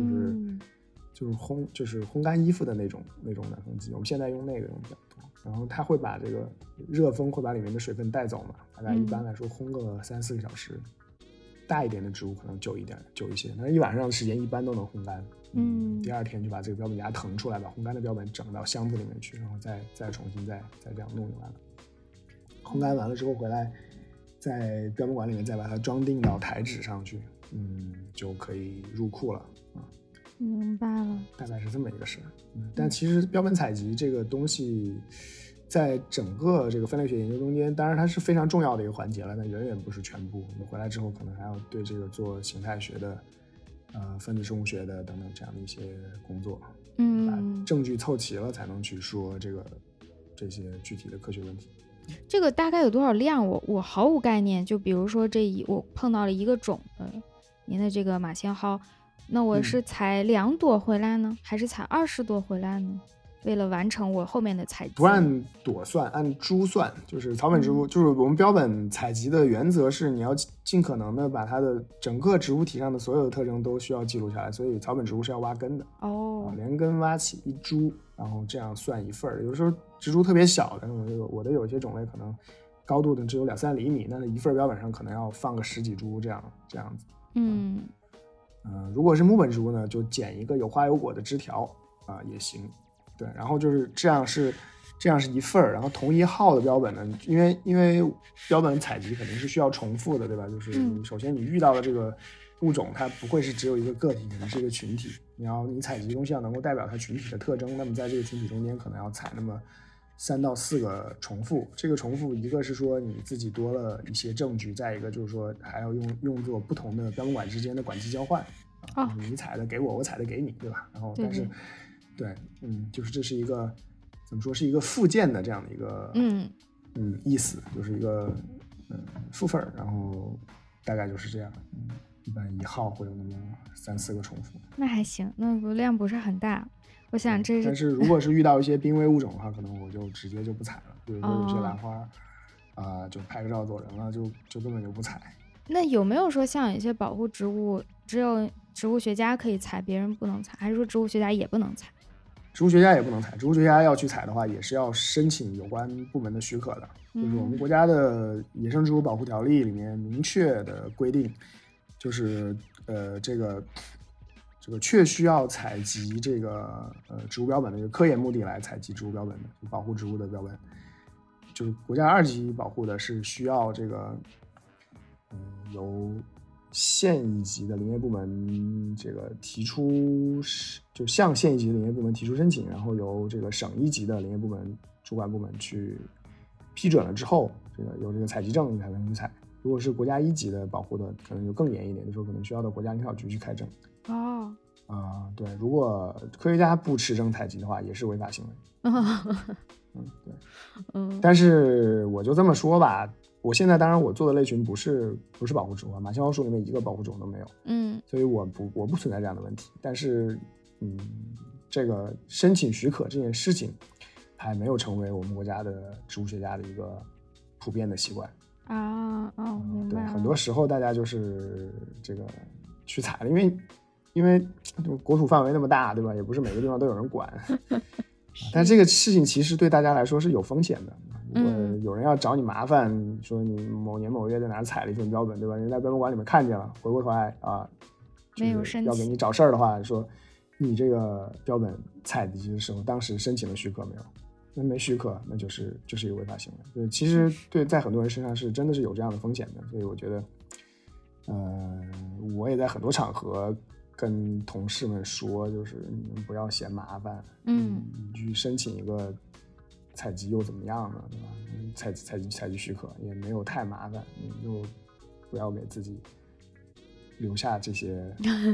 就是烘干衣服的那种暖风机，我们现在用那个用比较多。然后它会把这个热风会把里面的水分带走嘛，大概一般来说烘个3-4个小时，大一点的植物可能久一些，但是一晚上的时间一般都能烘干。第二天就把这个标本夹腾出来，把烘干的标本整到箱子里面去，然后再重新再这样弄就完了。烘干完了之后回来，在标本馆里面再把它装订到台纸上去，就可以入库了啊。 明白了， 大概是这么一个事。但其实标本采集这个东西，在整个这个分类学研究中间，当然它是非常重要的一个环节了，但远远不是全部。我们回来之后，可能还要对这个做形态学的、分子生物学的等等这样的一些工作，把证据凑齐了，才能去说这些具体的科学问题。 这个大概有多少量？我毫无概念。就比如说我碰到了一个种您的这个马先蒿。那我是采2朵回来呢，还是采20朵回来呢？为了完成我后面的采集， 不按朵算，按株算，就是草本植物，就是我们标本采集的原则是你要尽可能的把它的整个植物体上的所有的特征都需要记录下来，所以草本植物是要挖根的连根挖起一株，然后这样算一份。有时候植株特别小的，我的有些种类可能高度的只有2-3厘米，那一份标本上可能要放个10几株这样子。 如果是木本植物呢，就剪一个有花有果的枝条也行。对，然后就是这样是一份儿，然后同一号的标本呢，因为标本采集肯定是需要重复的，对吧？就是首先你遇到的这个物种，它不会是只有一个个体，可能是一个群体。你采集的东西要能够代表它群体的特征，那么在这个群体中间可能要采那么3到4个重复。这个重复，一个是说你自己多了一些证据，再一个就是说还要用作不同的标本馆之间的管迹交换。你采的给我，我采的给你，对吧？然后但是对，就是这是一个怎么说，是一个附件的这样的一个意思，就是一个附份，然后大概就是这样。一般1号会有那么3、4个重复， 那还行，那量不是很大。我想这是， 但是如果是遇到一些濒危物种的话，可能我就直接就不采了。比如说有些兰花就拍个照走人了，就根本就不采。 那有没有说像有一些保护植物只有植物学家可以采，别人不能采，还是说植物学家也不能采？ 植物学家也不能采，植物学家要去采的话，也是要申请有关部门的许可的。就是我们国家的野生植物保护条例里面明确的规定，就是这个确需要采集这个植物标本的一个科研目的来采集植物标本的，保护植物的标本，就是国家2级保护的是需要这个由县一级的林业部门这个提出，就向县一级的林业部门提出申请，然后由这个省一级的林业部门主管部门去批准了之后，有这个采集证你才能去采。如果是国家1级的保护的，可能就更严一点，就是可能需要到国家林考局去开证。对，如果科学家不持证采集的话，也是违法行为。对，但是我就这么说吧，我现在当然我做的类群不是保护植物，马青蒿属里面1个保护种都没有，所以我不存在这样的问题。但是，这个申请许可这件事情，还没有成为我们国家的植物学家的一个普遍的习惯。 明白了。 对，很多时候大家就是这个去采了，因为国土范围那么大，对吧？也不是每个地方都有人管。但这个事情其实对大家来说是有风险的。如果有人要找你麻烦，说你某年某月在哪儿采了一份标本，对吧？人在标本馆里面看见了，回过头来没有申请， 要给你找事儿的话，说你这个标本采集的时候，当时申请了许可没有？那没许可，那就是一个违法行为。对，其实在很多人身上是真的是有这样的风险的。所以我觉得，我也在很多场合跟同事们说，就是你们不要嫌麻烦，你去申请一个采集又怎么样呢？对吧？采集许可也没有太麻烦，你就不要给自己留下这些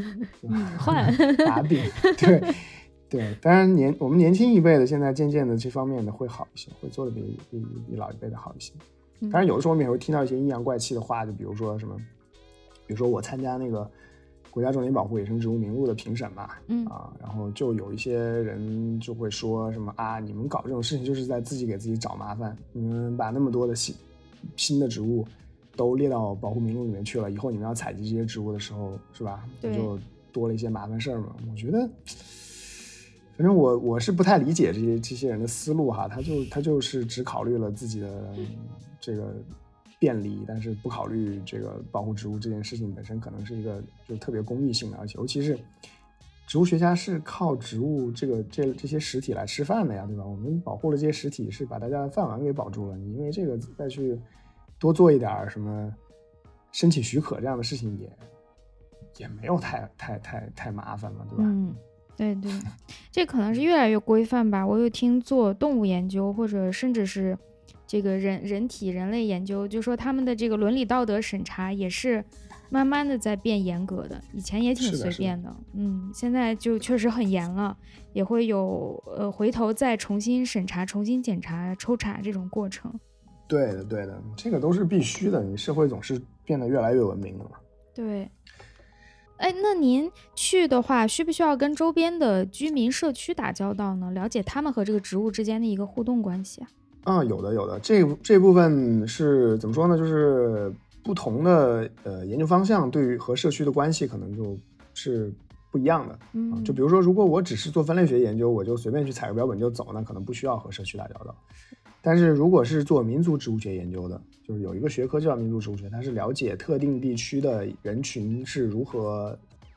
把柄。对，当然我们年轻一辈的现在渐渐的这方面的会好一些，会做的比老一辈的好一些。当然有的时候我们也会听到一些阴阳怪气的话，就比如说我参加那个国家重点保护野生植物名录的评审嘛，然后就有一些人就会说什么你们搞这种事情就是在自己给自己找麻烦，你们把那么多的新的植物都列到保护名录里面去了，以后你们要采集这些植物的时候，是吧？就多了一些麻烦事儿嘛。我觉得，反正我是不太理解这些人的思路哈，他就是只考虑了自己的这个便利，但是不考虑这个保护植物这件事情本身可能是一个就特别公益性的，而且尤其是植物学家是靠植物这些实体来吃饭的呀，对吧？我们保护了这些实体是把大家的饭碗给保住了，你因为这个再去多做一点什么申请许可这样的事情也没有太麻烦了，对吧？ 对，这可能是越来越规范吧。我有听做动物研究或者甚至是这个人体人类研究，就说他们的这个伦理道德审查也是慢慢的在变严格的，以前也挺随便的，现在就确实很严了，也会有回头再重新审查、重新检查、抽查这种过程。 对的，这个都是必须的，你社会总是变得越来越文明了嘛。对。 那您去的话，需不需要跟周边的居民社区打交道呢？了解他们和这个植物之间的一个互动关系有的，这部分是怎么说呢？就是不同的研究方向对于和社区的关系可能就是不一样的。就比如说，如果我只是做分类学研究，我就随便去采个标本就走，那可能不需要和社区打交道。但是如果是做民族植物学研究的，就是有一个学科叫民族植物学，它是了解特定地区的人群是如何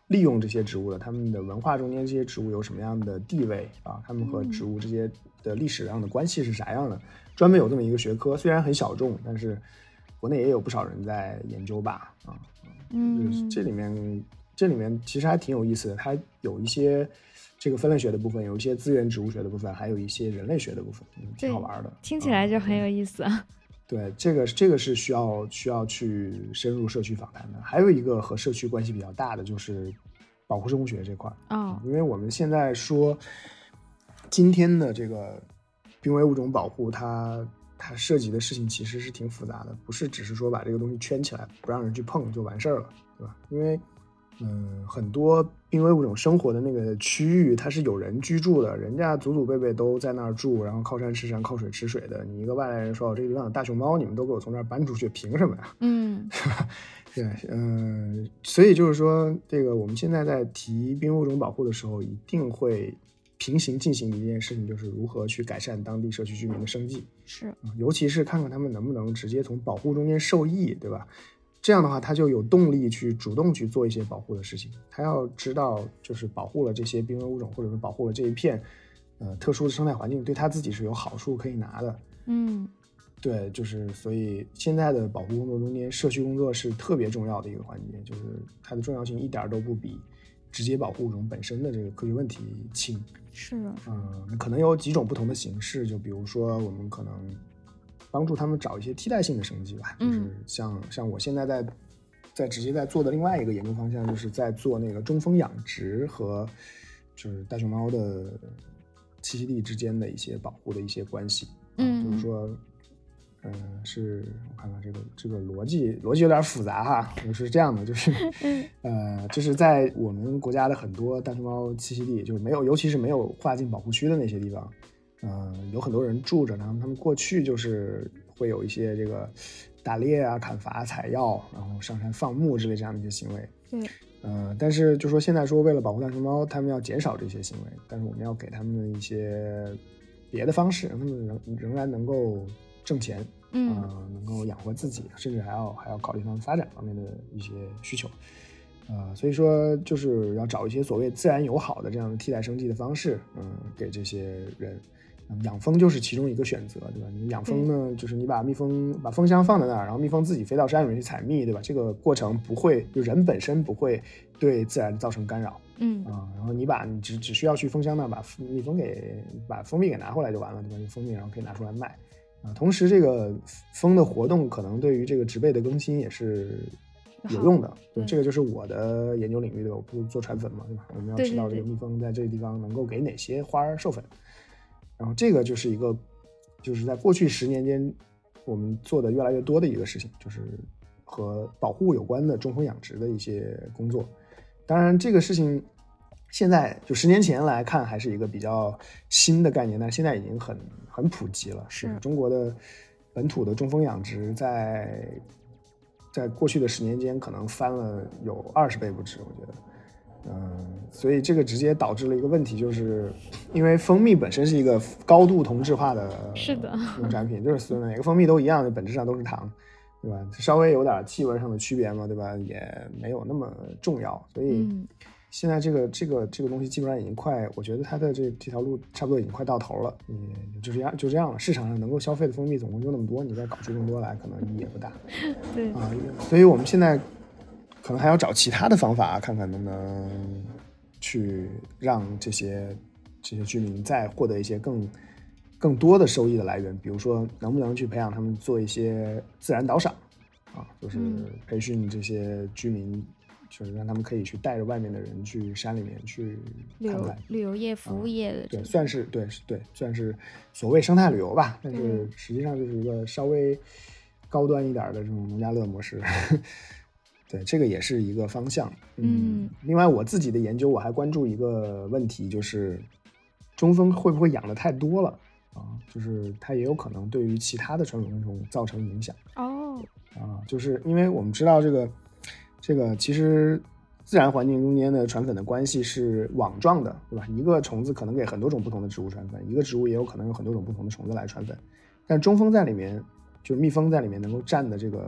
利用这些植物的，他们的文化中间这些植物有什么样的地位啊？他们和植物这些的历史上的关系是啥样的？专门有这么一个学科，虽然很小众，但是国内也有不少人在研究吧。就是这里面其实还挺有意思的，它有一些这个分类学的部分，有一些资源植物学的部分，还有一些人类学的部分，挺好玩的。 听起来就很有意思啊。 对，这个是需要去深入社区访谈的。还有一个和社区关系比较大的就是保护生物学这块。因为我们现在说今天的这个濒危物种保护，它涉及的事情其实是挺复杂的，不是只是说把这个东西圈起来不让人去碰就完事儿了，对吧？因为很多濒危物种生活的那个区域它是有人居住的，人家祖祖辈辈都在那儿住，然后靠山吃山靠水吃水的，你一个外来人说这个地方有大熊猫，你们都给我从这儿搬出去，凭什么呀？对，所以就是说这个我们现在在提濒危物种保护的时候，一定会平行进行的一件事情，就是如何去改善当地社区居民的生计，尤其是看看他们能不能直接从保护中间受益，对吧？这样的话他就有动力去主动去做一些保护的事情。他要知道就是保护了这些濒危物种，或者是保护了这一片特殊的生态环境，对他自己是有好处可以拿的。对，就是所以现在的保护工作中间，社区工作是特别重要的一个环节，就是它的重要性一点都不比直接保护物种本身的这个科学问题轻。可能有几种不同的形式，就比如说我们可能帮助他们找一些替代性的生计吧，就是像我现在在直接在做的另外一个研究方向，就是在做那个中风养殖和就是大熊猫的栖息地之间的一些保护的一些关系。就是说是我看看这个逻辑有点复杂哈，就是这样的，就是就是在我们国家的很多大熊猫栖息地，就是尤其是没有划进保护区的那些地方，有很多人住着，然后他们过去就是会有一些这个打猎啊、砍伐、采药，然后上山放牧之类这样的一些行为。但是就说现在说为了保护大熊猫，他们要减少这些行为，但是我们要给他们一些别的方式，让他们仍然能够挣钱，能够养活自己，甚至还要考虑他们发展方面的一些需求。所以说就是要找一些所谓自然友好的这样的替代生计的方式，给这些人。养蜂就是其中一个选择，对吧？你养蜂呢，就是你把蜂箱放在那儿，然后蜜蜂自己飞到山里面去采蜜，对吧？这个过程不会，就人本身不会对自然造成干扰。然后你只需要去蜂箱那儿把蜂蜜给拿回来就完了，对吧？蜂蜜然后可以拿出来卖。同时这个蜂的活动可能对于这个植被的更新也是有用的。对，这个就是我的研究领域的，我不是做传粉嘛，对吧？我们要知道这个蜜蜂在这个地方能够给哪些花授粉。然后这个就是一个，就是在过去10年间，我们做的越来越多的一个事情，就是和保护有关的中风养殖的一些工作。当然，这个事情现在就10年前来看还是一个比较新的概念，但是现在已经很普及了。中国的本土的中风养殖在过去的10年间可能翻了有20倍不止，我觉得。所以这个直接导致了一个问题，就是因为蜂蜜本身是一个高度同质化的农产品，就是哪个蜂蜜都一样，本质上都是糖，对吧？稍微有点气味上的区别嘛，对吧？也没有那么重要。所以现在这个东西基本上已经快，我觉得它的这条路差不多已经快到头了。就这样了。市场上能够消费的蜂蜜总共就那么多，你再搞出更多来，可能意义也不大。 对所以我们现在可能还要找其他的方法，看看能不能去让这些居民再获得一些更多的收益的来源。比如说，能不能去培养他们做一些自然导赏就是培训这些居民，就是让他们可以去带着外面的人去山里面去看旅游业、服务业的， 对，算是所谓生态旅游吧。但是实际上就是一个稍微高端一点的这种农家乐模式。对，这个也是一个方向。另外我自己的研究我还关注一个问题，就是中蜂会不会养的太多了就是它也有可能对于其他的传粉昆虫造成影响。就是因为我们知道这个其实自然环境中间的传粉的关系是网状的，对吧？一个虫子可能给很多种不同的植物传粉，一个植物也有可能有很多种不同的虫子来传粉，但中蜂在里面，就是蜜蜂在里面能够占的这个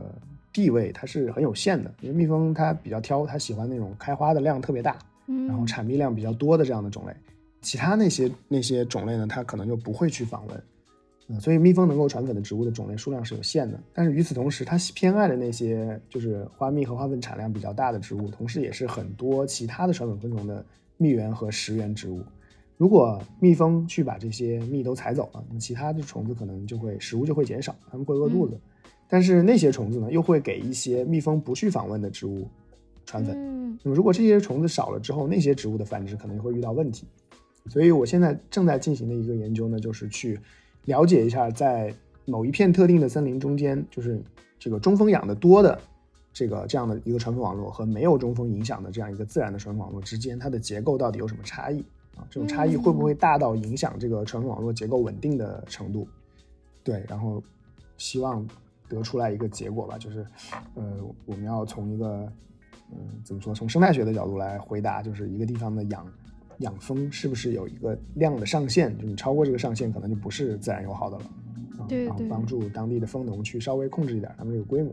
地位它是很有限的，因为蜜蜂它比较挑，它喜欢那种开花的量特别大，然后产蜜量比较多的这样的种类。其他那些种类呢，它可能就不会去访问。所以蜜蜂能够传粉的植物的种类数量是有限的，但是与此同时，它偏爱的那些就是花蜜和花粉产量比较大的植物，同时也是很多其他的传粉昆虫的蜜源和食源植物。如果蜜蜂去把这些蜜都采走了，那其他的虫子可能食物就会减少，它们会饿肚子。但是那些虫子呢，又会给一些蜜蜂不去访问的植物传粉。那么如果这些虫子少了之后，那些植物的繁殖可能也会遇到问题。所以我现在正在进行的一个研究呢，就是去了解一下在某一片特定的森林中间，就是这个中蜂养的多的这样的一个传粉网络和没有中蜂影响的这样一个自然的传粉网络之间，它的结构到底有什么差异啊？这种差异会不会大到影响这个传粉网络结构稳定的程度？对，然后希望得出来一个结果吧，就是我们要从一个怎么说，从生态学的角度来回答，就是一个地方的养蜂是不是有一个量的上限，就你超过这个上限可能就不是自然友好的了。 对， 然后帮助当地的蜂农去稍微控制一点他们这个规模，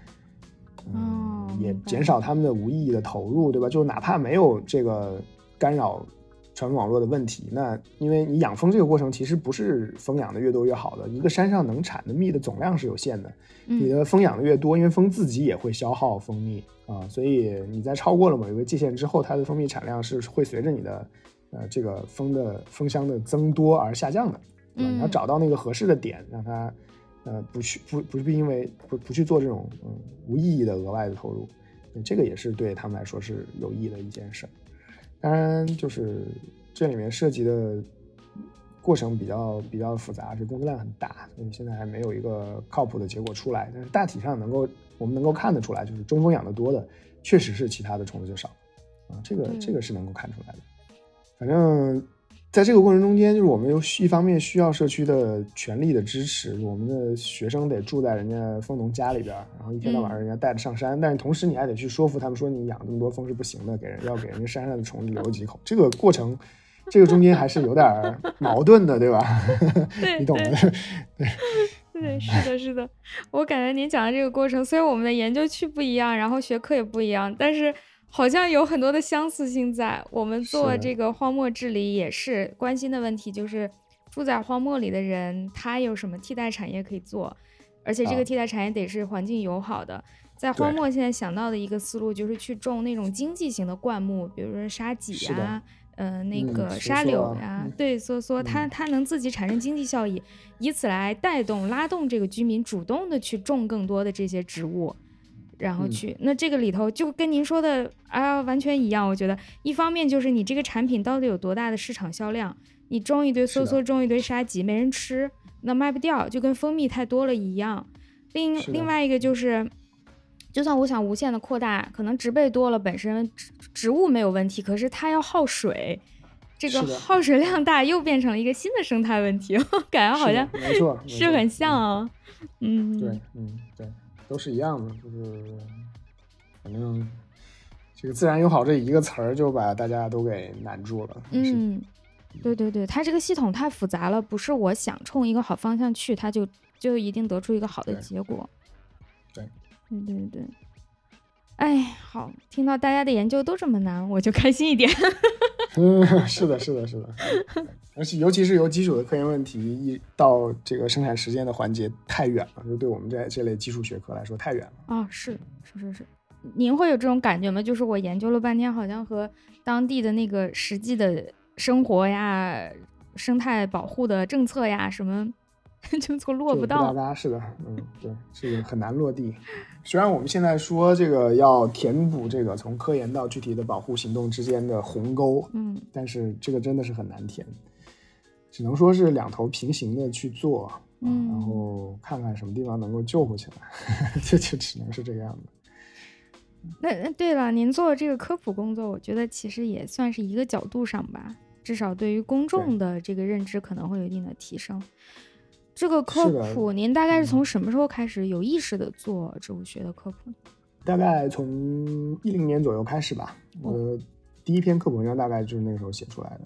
也减少他们的无意义的投入，对吧？就哪怕没有这个干扰传粉网络的问题，那因为你养蜂这个过程其实不是蜂养的越多越好的，一个山上能产的蜜的总量是有限的，你的蜂养的越多，因为蜂自己也会消耗蜂蜜所以你在超过了某一个界限之后，它的蜂蜜产量是会随着你的这个蜂箱的增多而下降的，对吧？你要找到那个合适的点，让它不去做这种无意义的额外的投入，这个也是对他们来说是有益的一件事。当然，就是这里面涉及的过程比较复杂，这工作量很大，所以现在还没有一个靠谱的结果出来。但是大体上我们能够看得出来，就是中蜂养的多的，确实是其他的虫子就少这个是能够看出来的。反正在这个过程中间，就是我们一方面需要社区的全力的支持，我们的学生得住在人家蜂农家里边，然后一天到晚上人家带着上山，但是同时你还得去说服他们说你养这么多蜂是不行的，要给人家山上的虫子留几口。这个过程，这个中间还是有点矛盾的，对吧？ 对你懂的。 对，是的，我感觉您讲的这个过程，虽然我们的研究区不一样，然后学科也不一样，但是好像有很多的相似性在。我们做这个荒漠治理也是关心的问题，就是住在荒漠里的人，他有什么替代产业可以做，而且这个替代产业得是环境友好的。在荒漠现在想到的一个思路就是去种那种经济型的灌木，比如说沙棘呀，那个沙柳呀，对，梭它能自己产生经济效益，以此来拉动这个居民主动的去种更多的这些植物。然后那这个里头就跟您说的完全一样。我觉得一方面就是你这个产品到底有多大的市场销量，你种一堆种一堆沙棘没人吃，那卖不掉，就跟蜂蜜太多了一样。另外一个就是就算我想无限的扩大，可能植被多了，本身植物没有问题，可是它要耗水，这个耗水量大又变成了一个新的生态问题。感觉好像没错是很像对，对，都是一样的，就是反正这个自然友好这一个词儿就把大家都给难住了。 对，它这个系统太复杂了，不是我想冲一个好方向去，它就一定得出一个好的结果。 对， 哎，好，听到大家的研究都这么难，我就开心一点。 是的，而且尤其是由基础的科研问题到这个生产实践的环节太远了，就对我们这类基础学科来说太远了。 是。您会有这种感觉吗？就是我研究了半天，好像和当地的那个实际的生活呀、生态保护的政策呀什么就落不到。 是的，对，是很难落地。虽然我们现在说这个要填补这个从科研到具体的保护行动之间的鸿沟，但是这个真的是很难填，只能说是两头平行的去做，然后看看什么地方能够救活起来，就只能是这个样子。 那对了，您做这个科普工作，我觉得其实也算是一个角度上吧，至少对于公众的这个认知可能会有一定的提升。这个科普您大概是从什么时候开始有意识的做植物学的科普？ 大概从2010年左右开始吧。我第一篇科普文章大概就是那个时候写出来的。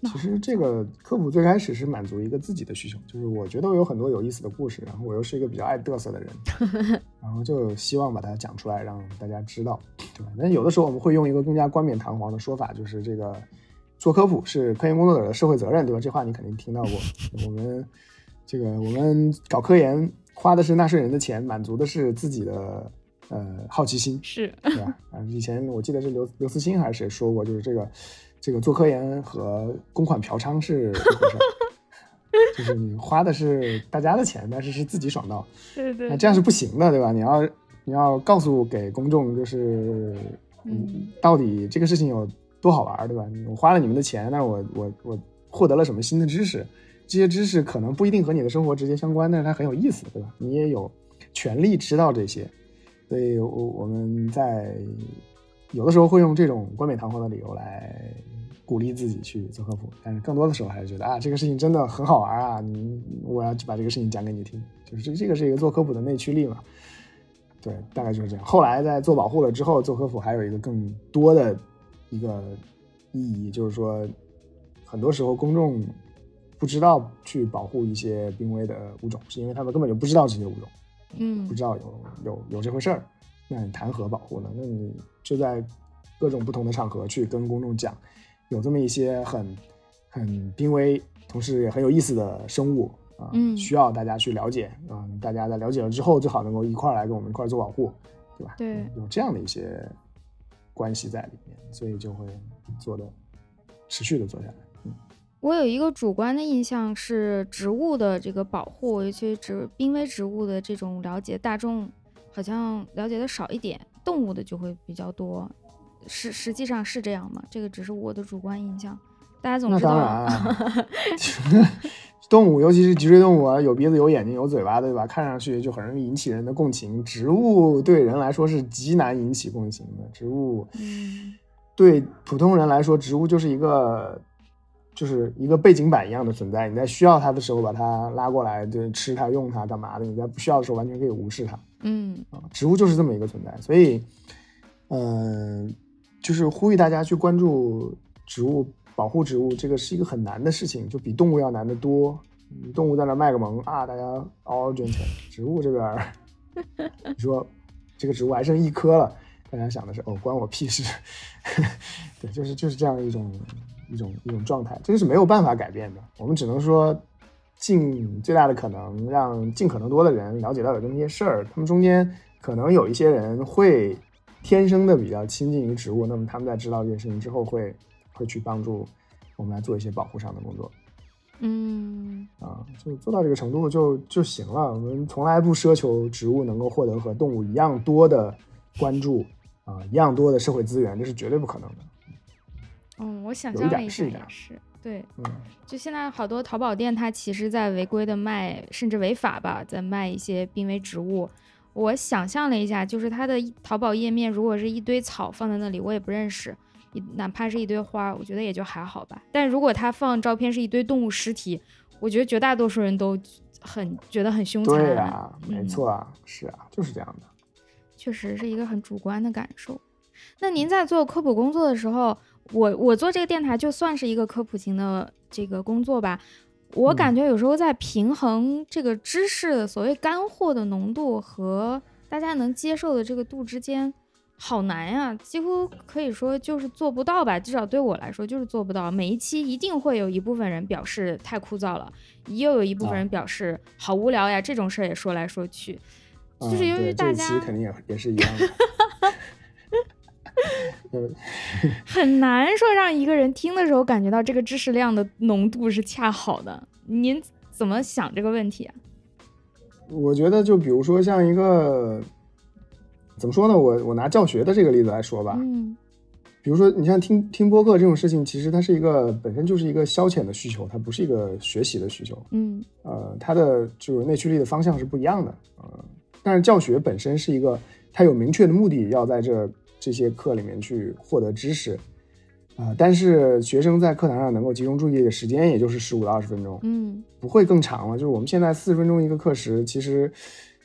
其实这个科普最开始是满足一个自己的需求，就是我觉得我有很多有意思的故事，然后我又是一个比较爱嘚瑟的人，然后就希望把它讲出来让大家知道，对吧？但有的时候我们会用一个更加冠冕堂皇的说法，就是这个做科普是科研工作者的社会责任，对吧？这话你肯定听到过。我们搞科研花的是纳税人的钱，满足的是自己的好奇心， 是， 对吧？以前我记得是刘慈欣还是谁说过，就是这个做科研和公款嫖娼是一回事就是你花的是大家的钱，但是是自己爽到， 对， 那这样是不行的，对吧？你要告诉给公众，就是到底这个事情有多好玩，对吧？我花了你们的钱，但是我获得了什么新的知识？这些知识可能不一定和你的生活直接相关，但是它很有意思，对吧？你也有权利知道这些，所以我们在有的时候会用这种冠冕堂皇的理由来鼓励自己去做科普，但是更多的时候还是觉得这个事情真的很好玩啊！我要把这个事情讲给你听，就是这个是一个做科普的内驱力嘛。对，大概就是这样。后来在做保护了之后，做科普还有一个更多的一个意义，就是说很多时候公众不知道去保护一些濒危的物种，是因为他们根本就不知道这些物种，不知道有这回事儿。那你谈何保护呢？那你就在各种不同的场合去跟公众讲，有这么一些很濒危，同时也很有意思的生物需要大家去了解大家在了解了之后，最好能够一块来跟我们一块做保护，对吧？ 对， 有这样的一些关系在里面，所以就会持续的做下来。 我有一个主观的印象是，植物的这个保护，尤其是濒危植物的这种了解，大众好像了解的少一点，动物的就会比较多。实际上是这样吗？这个只是我的主观印象，大家总知道。 那当然啊，动物尤其是脊椎动物有鼻子、有眼睛、有嘴巴的，对吧？看上去就很容易引起人的共情。植物对人来说是极难引起共情的。植物，对普通人来说，植物就是一个背景板一样的存在。你在需要它的时候把它拉过来，对，吃它、用它干嘛的？你在不需要的时候完全可以无视它。植物就是这么一个存在，所以，就是呼吁大家去关注植物。保护植物这个是一个很难的事情，就比动物要难得多。动物在那卖个萌大家嗷嗷捐钱，植物这边你说这个植物还剩1颗了，大家想的是关我屁事对，就是这样一种状态，这个是没有办法改变的。我们只能说尽最大的可能让尽可能多的人了解到有这么一些事儿，他们中间可能有一些人会天生的比较亲近于植物，那么他们在知道这件事情之后会去帮助我们来做一些保护上的工作。就做到这个程度就行了。我们从来不奢求植物能够获得和动物一样多的关注一样多的社会资源，这是绝对不可能的。 我想象了一下，也是对。就现在好多淘宝店，它其实在违规的卖，甚至违法吧，在卖一些濒危植物。我想象了一下，就是它的淘宝页面如果是一堆草放在那里，我也不认识。哪怕是一堆花，我觉得也就还好吧。但如果他放照片是一堆动物尸体，我觉得绝大多数人都觉得很凶残。 对啊，没错啊，是啊，就是这样的。 确实是一个很主观的感受。那您在做科普工作的时候，我做这个电台就算是一个科普型的这个工作吧，我感觉有时候在平衡这个知识的所谓干货的浓度和大家能接受的这个度之间好难呀，几乎可以说就是做不到吧，至少对我来说就是做不到。每一期一定会有一部分人表示太枯燥了，又有一部分人表示好无聊呀，这种事儿也说来说去，就是由于大家这一期肯定也是一样的很难说让一个人听的时候感觉到这个知识量的浓度是恰好的。您怎么想这个问题啊？ 我觉得就比如说像一个怎么说呢，我拿教学的这个例子来说吧，比如说你像听播客这种事情，其实它是一个本身就是一个消遣的需求，它不是一个学习的需求。它的就是内驱力的方向是不一样的。但是教学本身是一个，它有明确的目的，要在这些课里面去获得知识。但是学生在课堂上能够集中注意的时间也就是15到20分钟，不会更长了。就是我们现在40分钟一个课时，其实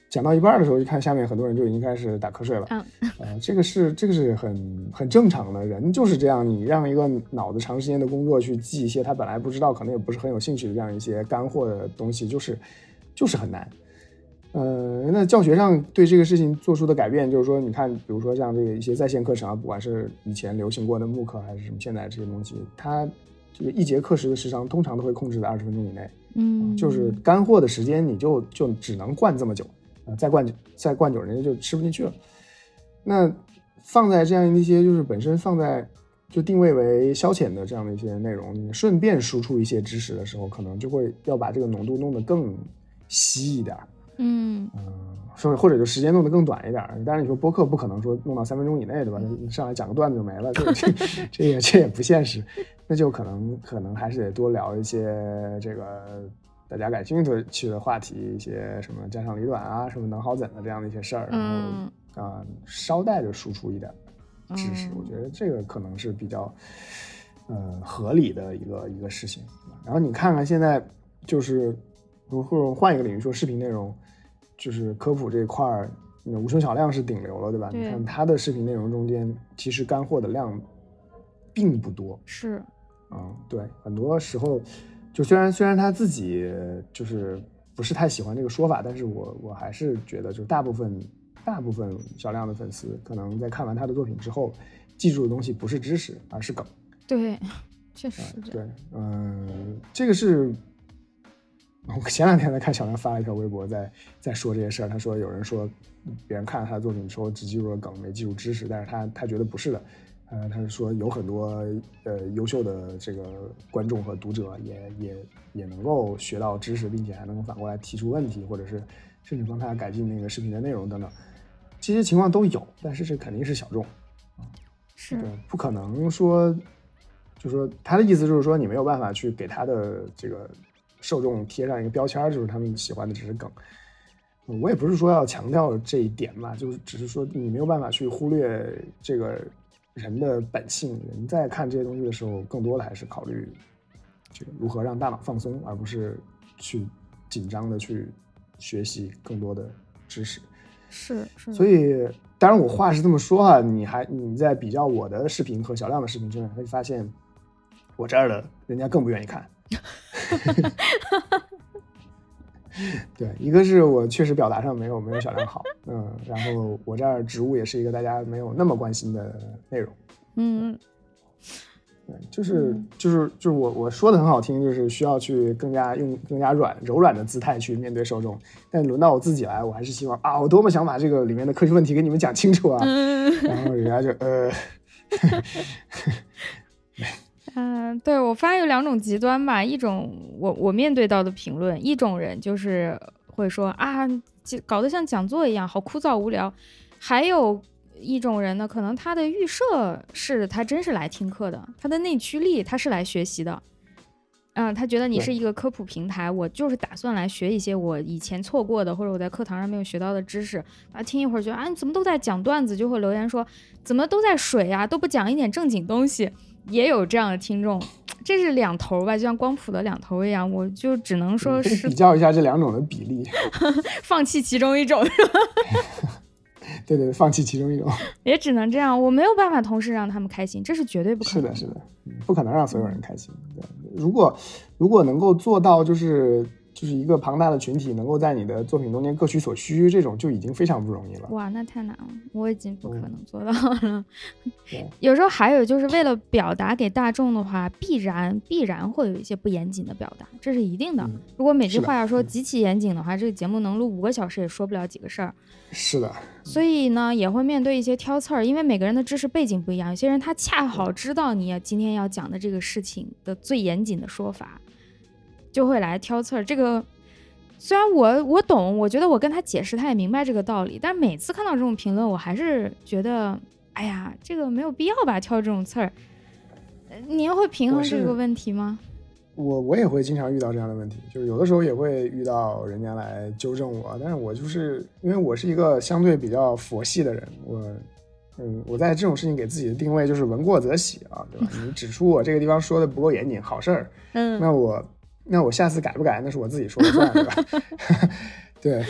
讲到一半的时候，就看下面很多人就已经开始打瞌睡了。这个是很正常的，人就是这样。你让一个脑子长时间的工作去记一些他本来不知道，可能也不是很有兴趣的这样一些干货的东西，就是很难。那教学上对这个事情做出的改变，就是说，你看，比如说像这个一些在线课程啊，不管是以前流行过的慕课还是什么现在这些东西，它这个一节课时的时长通常都会控制在20分钟以内。就是干货的时间你就只能灌这么久。再灌久，人家就吃不进去了。那放在这样一些就是本身放在就定位为消遣的这样的一些内容，你顺便输出一些知识的时候，可能就会要把这个浓度弄得更稀一点。或者就时间弄得更短一点。当然你说播客不可能说弄到3分钟以内，对吧？上来讲个段子就没了，这也不现实。那就可能还是得多聊一些这个大家感兴趣的话题，一些什么家长里短啊，什么能好怎的这样的一些事儿，然后捎带着输出一点知识，我觉得这个可能是比较合理的一个事情。然后你看看现在就是如果换一个领域说视频内容，就是科普这一块儿，无声小亮是顶流了，对吧？ 对， 你看他的视频内容中间其实干货的量并不多。 是对，很多时候就虽然他自己就是不是太喜欢这个说法，但是我还是觉得，就大部分小亮的粉丝可能在看完他的作品之后，记住的东西不是知识，而是梗。 对，确实是这样。对，这个是我前2天在看小亮发了一条微博，在说这些事儿。他说有人说别人看了他的作品之后只记住了梗，没记住知识，但是他觉得不是的。他是说有很多优秀的这个观众和读者也能够学到知识，并且还能够反过来提出问题，或者是甚至帮他改进那个视频的内容等等，这些情况都有，但是这肯定是小众。 是对，不可能说，就是说他的意思就是说你没有办法去给他的这个受众贴上一个标签，就是他们喜欢的只是梗。我也不是说要强调这一点嘛，就是只是说你没有办法去忽略这个人的本性。人在看这些东西的时候，更多的还是考虑这个如何让大脑放松，而不是去紧张的去学习更多的知识。 是， 所以当然我话是这么说啊，你在比较我的视频和小亮的视频之后，会发现我这儿的人家更不愿意看。对，一个是我确实表达上没有小亮好，然后我这儿植物也是一个大家没有那么关心的内容。对，就是我说的很好听，就是需要去用更加柔软的姿态去面对受众，但轮到我自己来，我还是希望我多么想把这个里面的科学问题给你们讲清楚啊，然后人家就对，我发现有2种极端吧，一种我面对到的评论，一种人就是会说搞得像讲座一样，好枯燥无聊，还有一种人呢，可能他的预设是他真是来听课的，他的内驱力他是来学习的。他觉得你是一个科普平台，我就是打算来学一些我以前错过的或者我在课堂上没有学到的知识。听一会儿觉得你怎么都在讲段子，就会留言说怎么都在水啊，都不讲一点正经东西。也有这样的听众，这是两头吧，就像光谱的两头一样，我就只能说是比较一下这2种的比例， 放弃其中一种是吧？ 对，放弃其中一种， 也只能这样，我没有办法同时让他们开心，这是绝对不可能的。 是的，不可能让所有人开心。对，如果能够做到就是一个庞大的群体能够在你的作品中间各取所需，这种就已经非常不容易了。 哇，那太难了，我已经不可能做到了。有时候还有就是为了表达给大众的话，必然会有一些不严谨的表达，这是一定的。如果每句话要说极其严谨的话，这个节目能录5个小时也说不了几个事儿。 是的， 所以呢也会面对一些挑刺儿，因为每个人的知识背景不一样，有些人他恰好知道你今天要讲的这个事情的最严谨的说法，就会来挑刺儿。这个虽然我懂，我觉得我跟他解释他也明白这个道理，但每次看到这种评论我还是觉得哎呀这个没有必要吧，挑这种刺儿。您会平衡这个问题吗？ 我也会经常遇到这样的问题，就是有的时候也会遇到人家来纠正我，但是我就是因为我是一个相对比较佛系的人，我在这种事情给自己的定位就是闻过则喜啊，对吧？你指出我这个地方说的不够严谨，好事儿，那我下次改不改那是我自己说了算，对吧？对，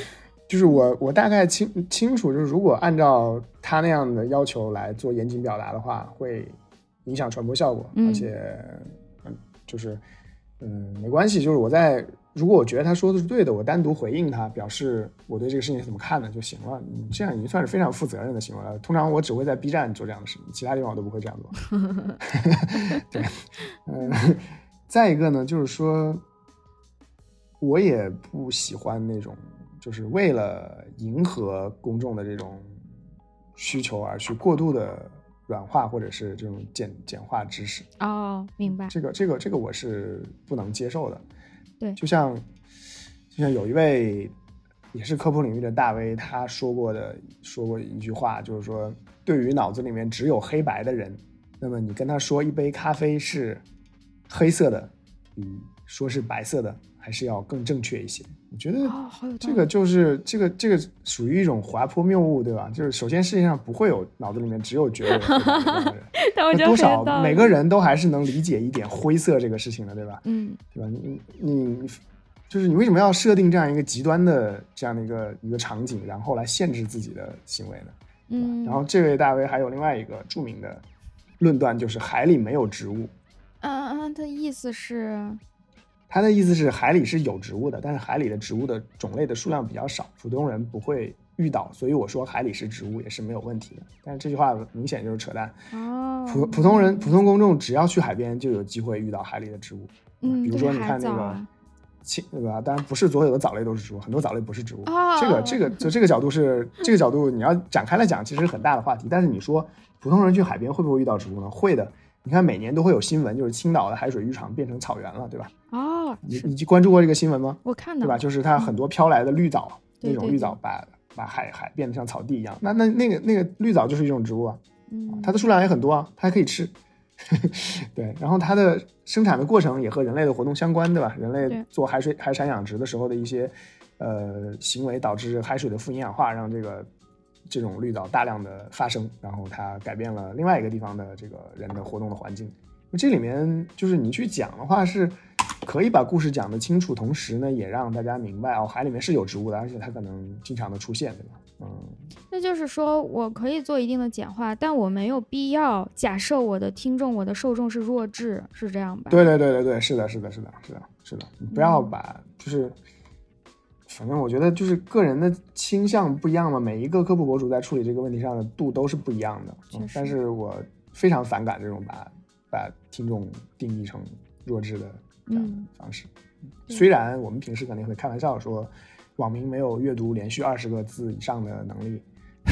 就是我大概清楚，就是如果按照他那样的要求来做严谨表达的话，会影响传播效果，而且就是没关系，就是如果我觉得他说的是对的，我单独回应他，表示我对这个事情怎么看的就行了。这样已经算是非常负责任的行为了。通常我只会在 B 站做这样的事情，其他地方我都不会这样做。对，再一个呢，就是说，我也不喜欢那种就是为了迎合公众的这种需求而去过度的软化或者是这种简化知识。 哦，明白。这个我是不能接受的。 对， 就像有一位也是科普领域的大 V， 他说过一句话，就是说，对于脑子里面只有黑白的人，那么你跟他说一杯咖啡是黑色的，比说是白色的还是要更正确一些。我觉得这个就是这个属于一种滑坡谬误，对吧？就是首先世界上不会有脑子里面只有绝对的黑白的人，那多少每个人都还是能理解一点灰色这个事情的，对吧？对吧？你就是你为什么要设定这样一个极端的这样的一个场景，然后来限制自己的行为呢？然后这位大 V 还有另外一个著名的论断，就是海里没有植物。 他的意思是？ 他的意思是海里是有植物的，但是海里的植物的种类的数量比较少，普通人不会遇到，所以我说海里是植物也是没有问题的。但是这句话明显就是扯淡。普通公众只要去海边就有机会遇到海里的植物。比如说你看那个对吧？当然不是所有的藻类都是植物，很多藻类不是植物。这个角度你要展开来讲，其实是很大的话题。但是你说普通人去海边会不会遇到植物呢？会的。你看每年都会有新闻，就是青岛的海水浴场变成草原了，对吧？你关注过这个新闻吗？ 我看到， 对吧？就是它很多飘来的绿藻，那种绿藻把海变得像草地一样。那个绿藻就是一种植物啊，它的数量也很多啊，它还可以吃。对，然后它的生产的过程也和人类的活动相关，对吧？人类做海产养殖的时候的一些行为，导致海水的富营养化，让这种绿藻大量的发生，然后它改变了另外一个地方的这个人的活动的环境。这里面就是你去讲的话，是可以把故事讲得清楚，同时呢，也让大家明白海里面是有植物的，而且它可能经常的出现，对吧？ 那就是说我可以做一定的简化，但我没有必要假设我的听众、我的受众是弱智，是这样吧？ 对，是的，你不要把就是反正我觉得就是个人的倾向不一样嘛，每一个科普博主在处理这个问题上的度都是不一样的。但是我非常反感这种把听众定义成弱智的这样的方式。虽然我们平时肯定会开玩笑说网民没有阅读连续20个字以上的能力。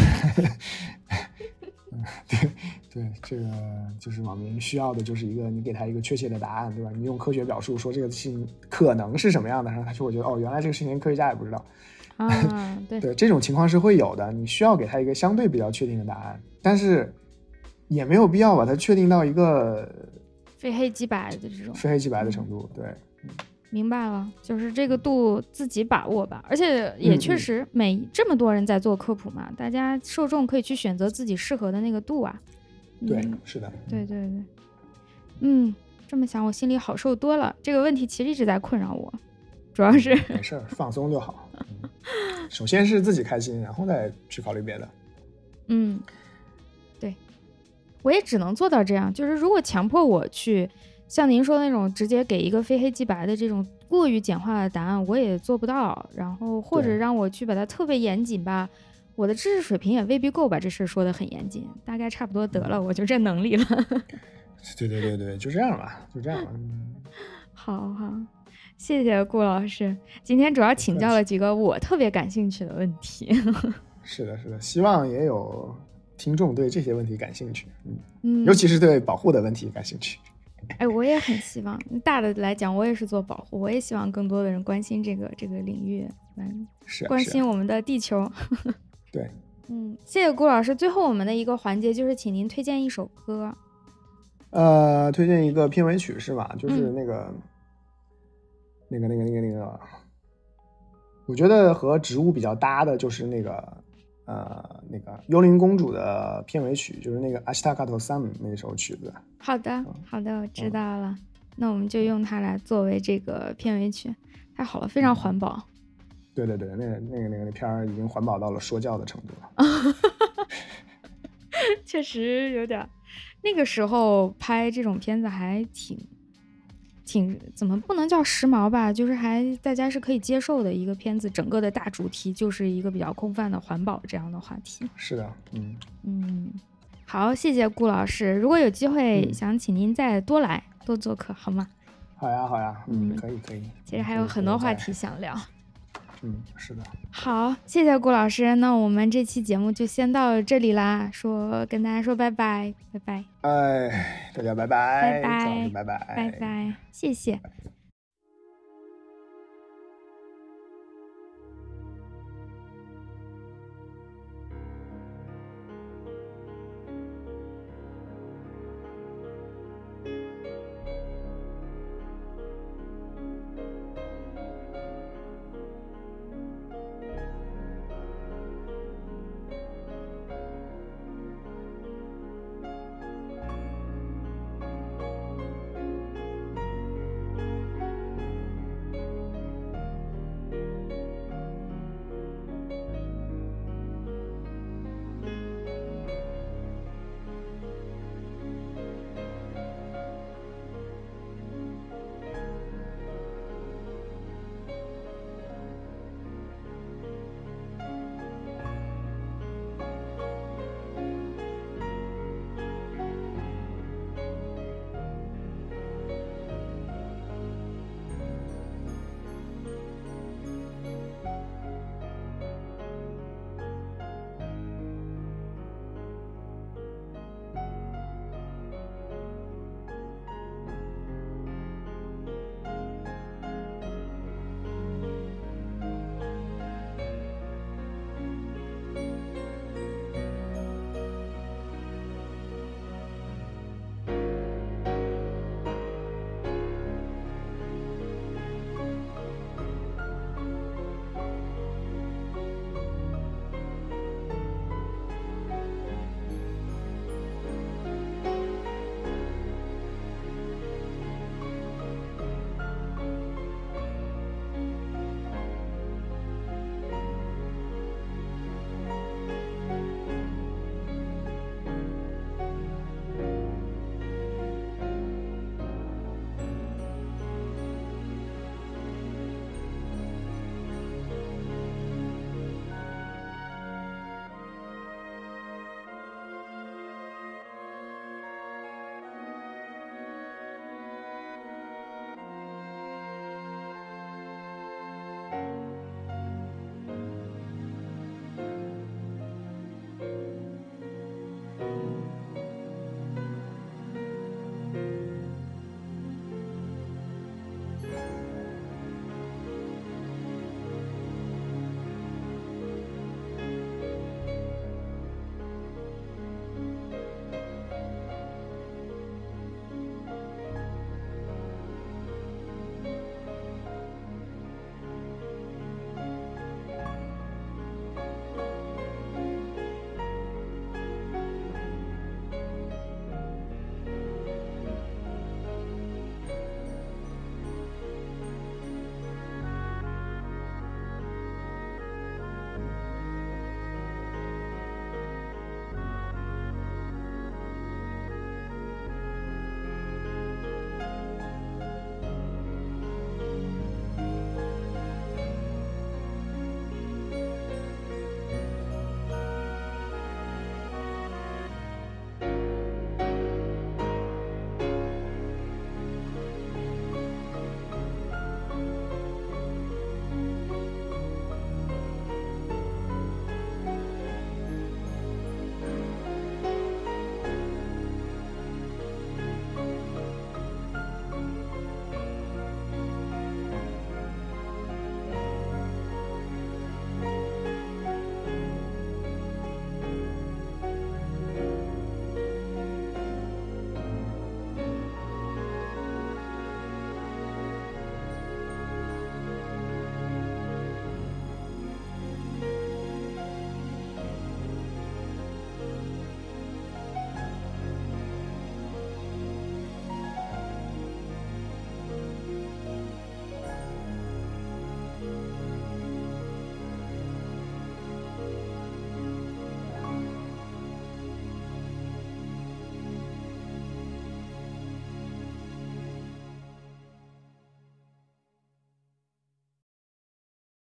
对，这个就是网民需要的，就是你给他一个确切的答案，对吧？你用科学表述说这个事情可能是什么样的，然后他就会觉得原来这个事情科学家也不知道。对，这种情况是会有的，你需要给他一个相对比较确定的答案，但是也没有必要把它确定到一个非黑即白的程度。对， 明白了，就是这个度自己把握吧。而且也确实这么多人在做科普嘛，大家受众可以去选择自己适合的那个度啊。 对，是的， 对，这么想我心里好受多了。这个问题其实一直在困扰我，主要是没事，放松就好。首先是自己开心，然后再去考虑别的。 对，我也只能做到这样。就是如果强迫我去像您说的那种直接给一个非黑即白的这种过于简化的答案，我也做不到。然后或者让我去把它特别严谨吧，我的知识水平也未必够把这事说得很严谨，大概差不多得了，我就这能力了。 对，就这样吧。 好，谢谢顾老师，今天主要请教了几个我特别感兴趣的问题。 是的，希望也有听众对这些问题感兴趣，尤其是对保护的问题感兴趣。 我也很希望，大的来讲，我也是做保护，我也希望更多的人关心这个领域，关心我们的地球。 对， 谢谢顾老师。最后我们的一个环节就是请您推荐一首歌。 推荐一个片尾曲是吧？就是那个，我觉得和植物比较搭的就是那个幽灵公主的片尾曲，就是那个 Ashitakato Sun 那首曲子。好的， 我知道了。那我们就用它来作为这个片尾曲，太好了，非常环保。 对，那片儿已经环保到了说教的程度了。 确实有点，那个时候拍这种片子还挺怎么不能叫时髦吧，就是还大家是可以接受的一个片子，整个的大主题就是一个比较空泛的环保这样的话题。 是的， 好，谢谢顾老师，如果有机会想请您再多来多做客好吗？ 好呀，可以。 其实还有很多话题想聊。 是的。 好，谢谢顾老师，那我们这期节目就先到这里啦，跟大家说拜拜，拜拜。 大家拜拜， 拜拜， 拜拜， 拜拜，谢谢。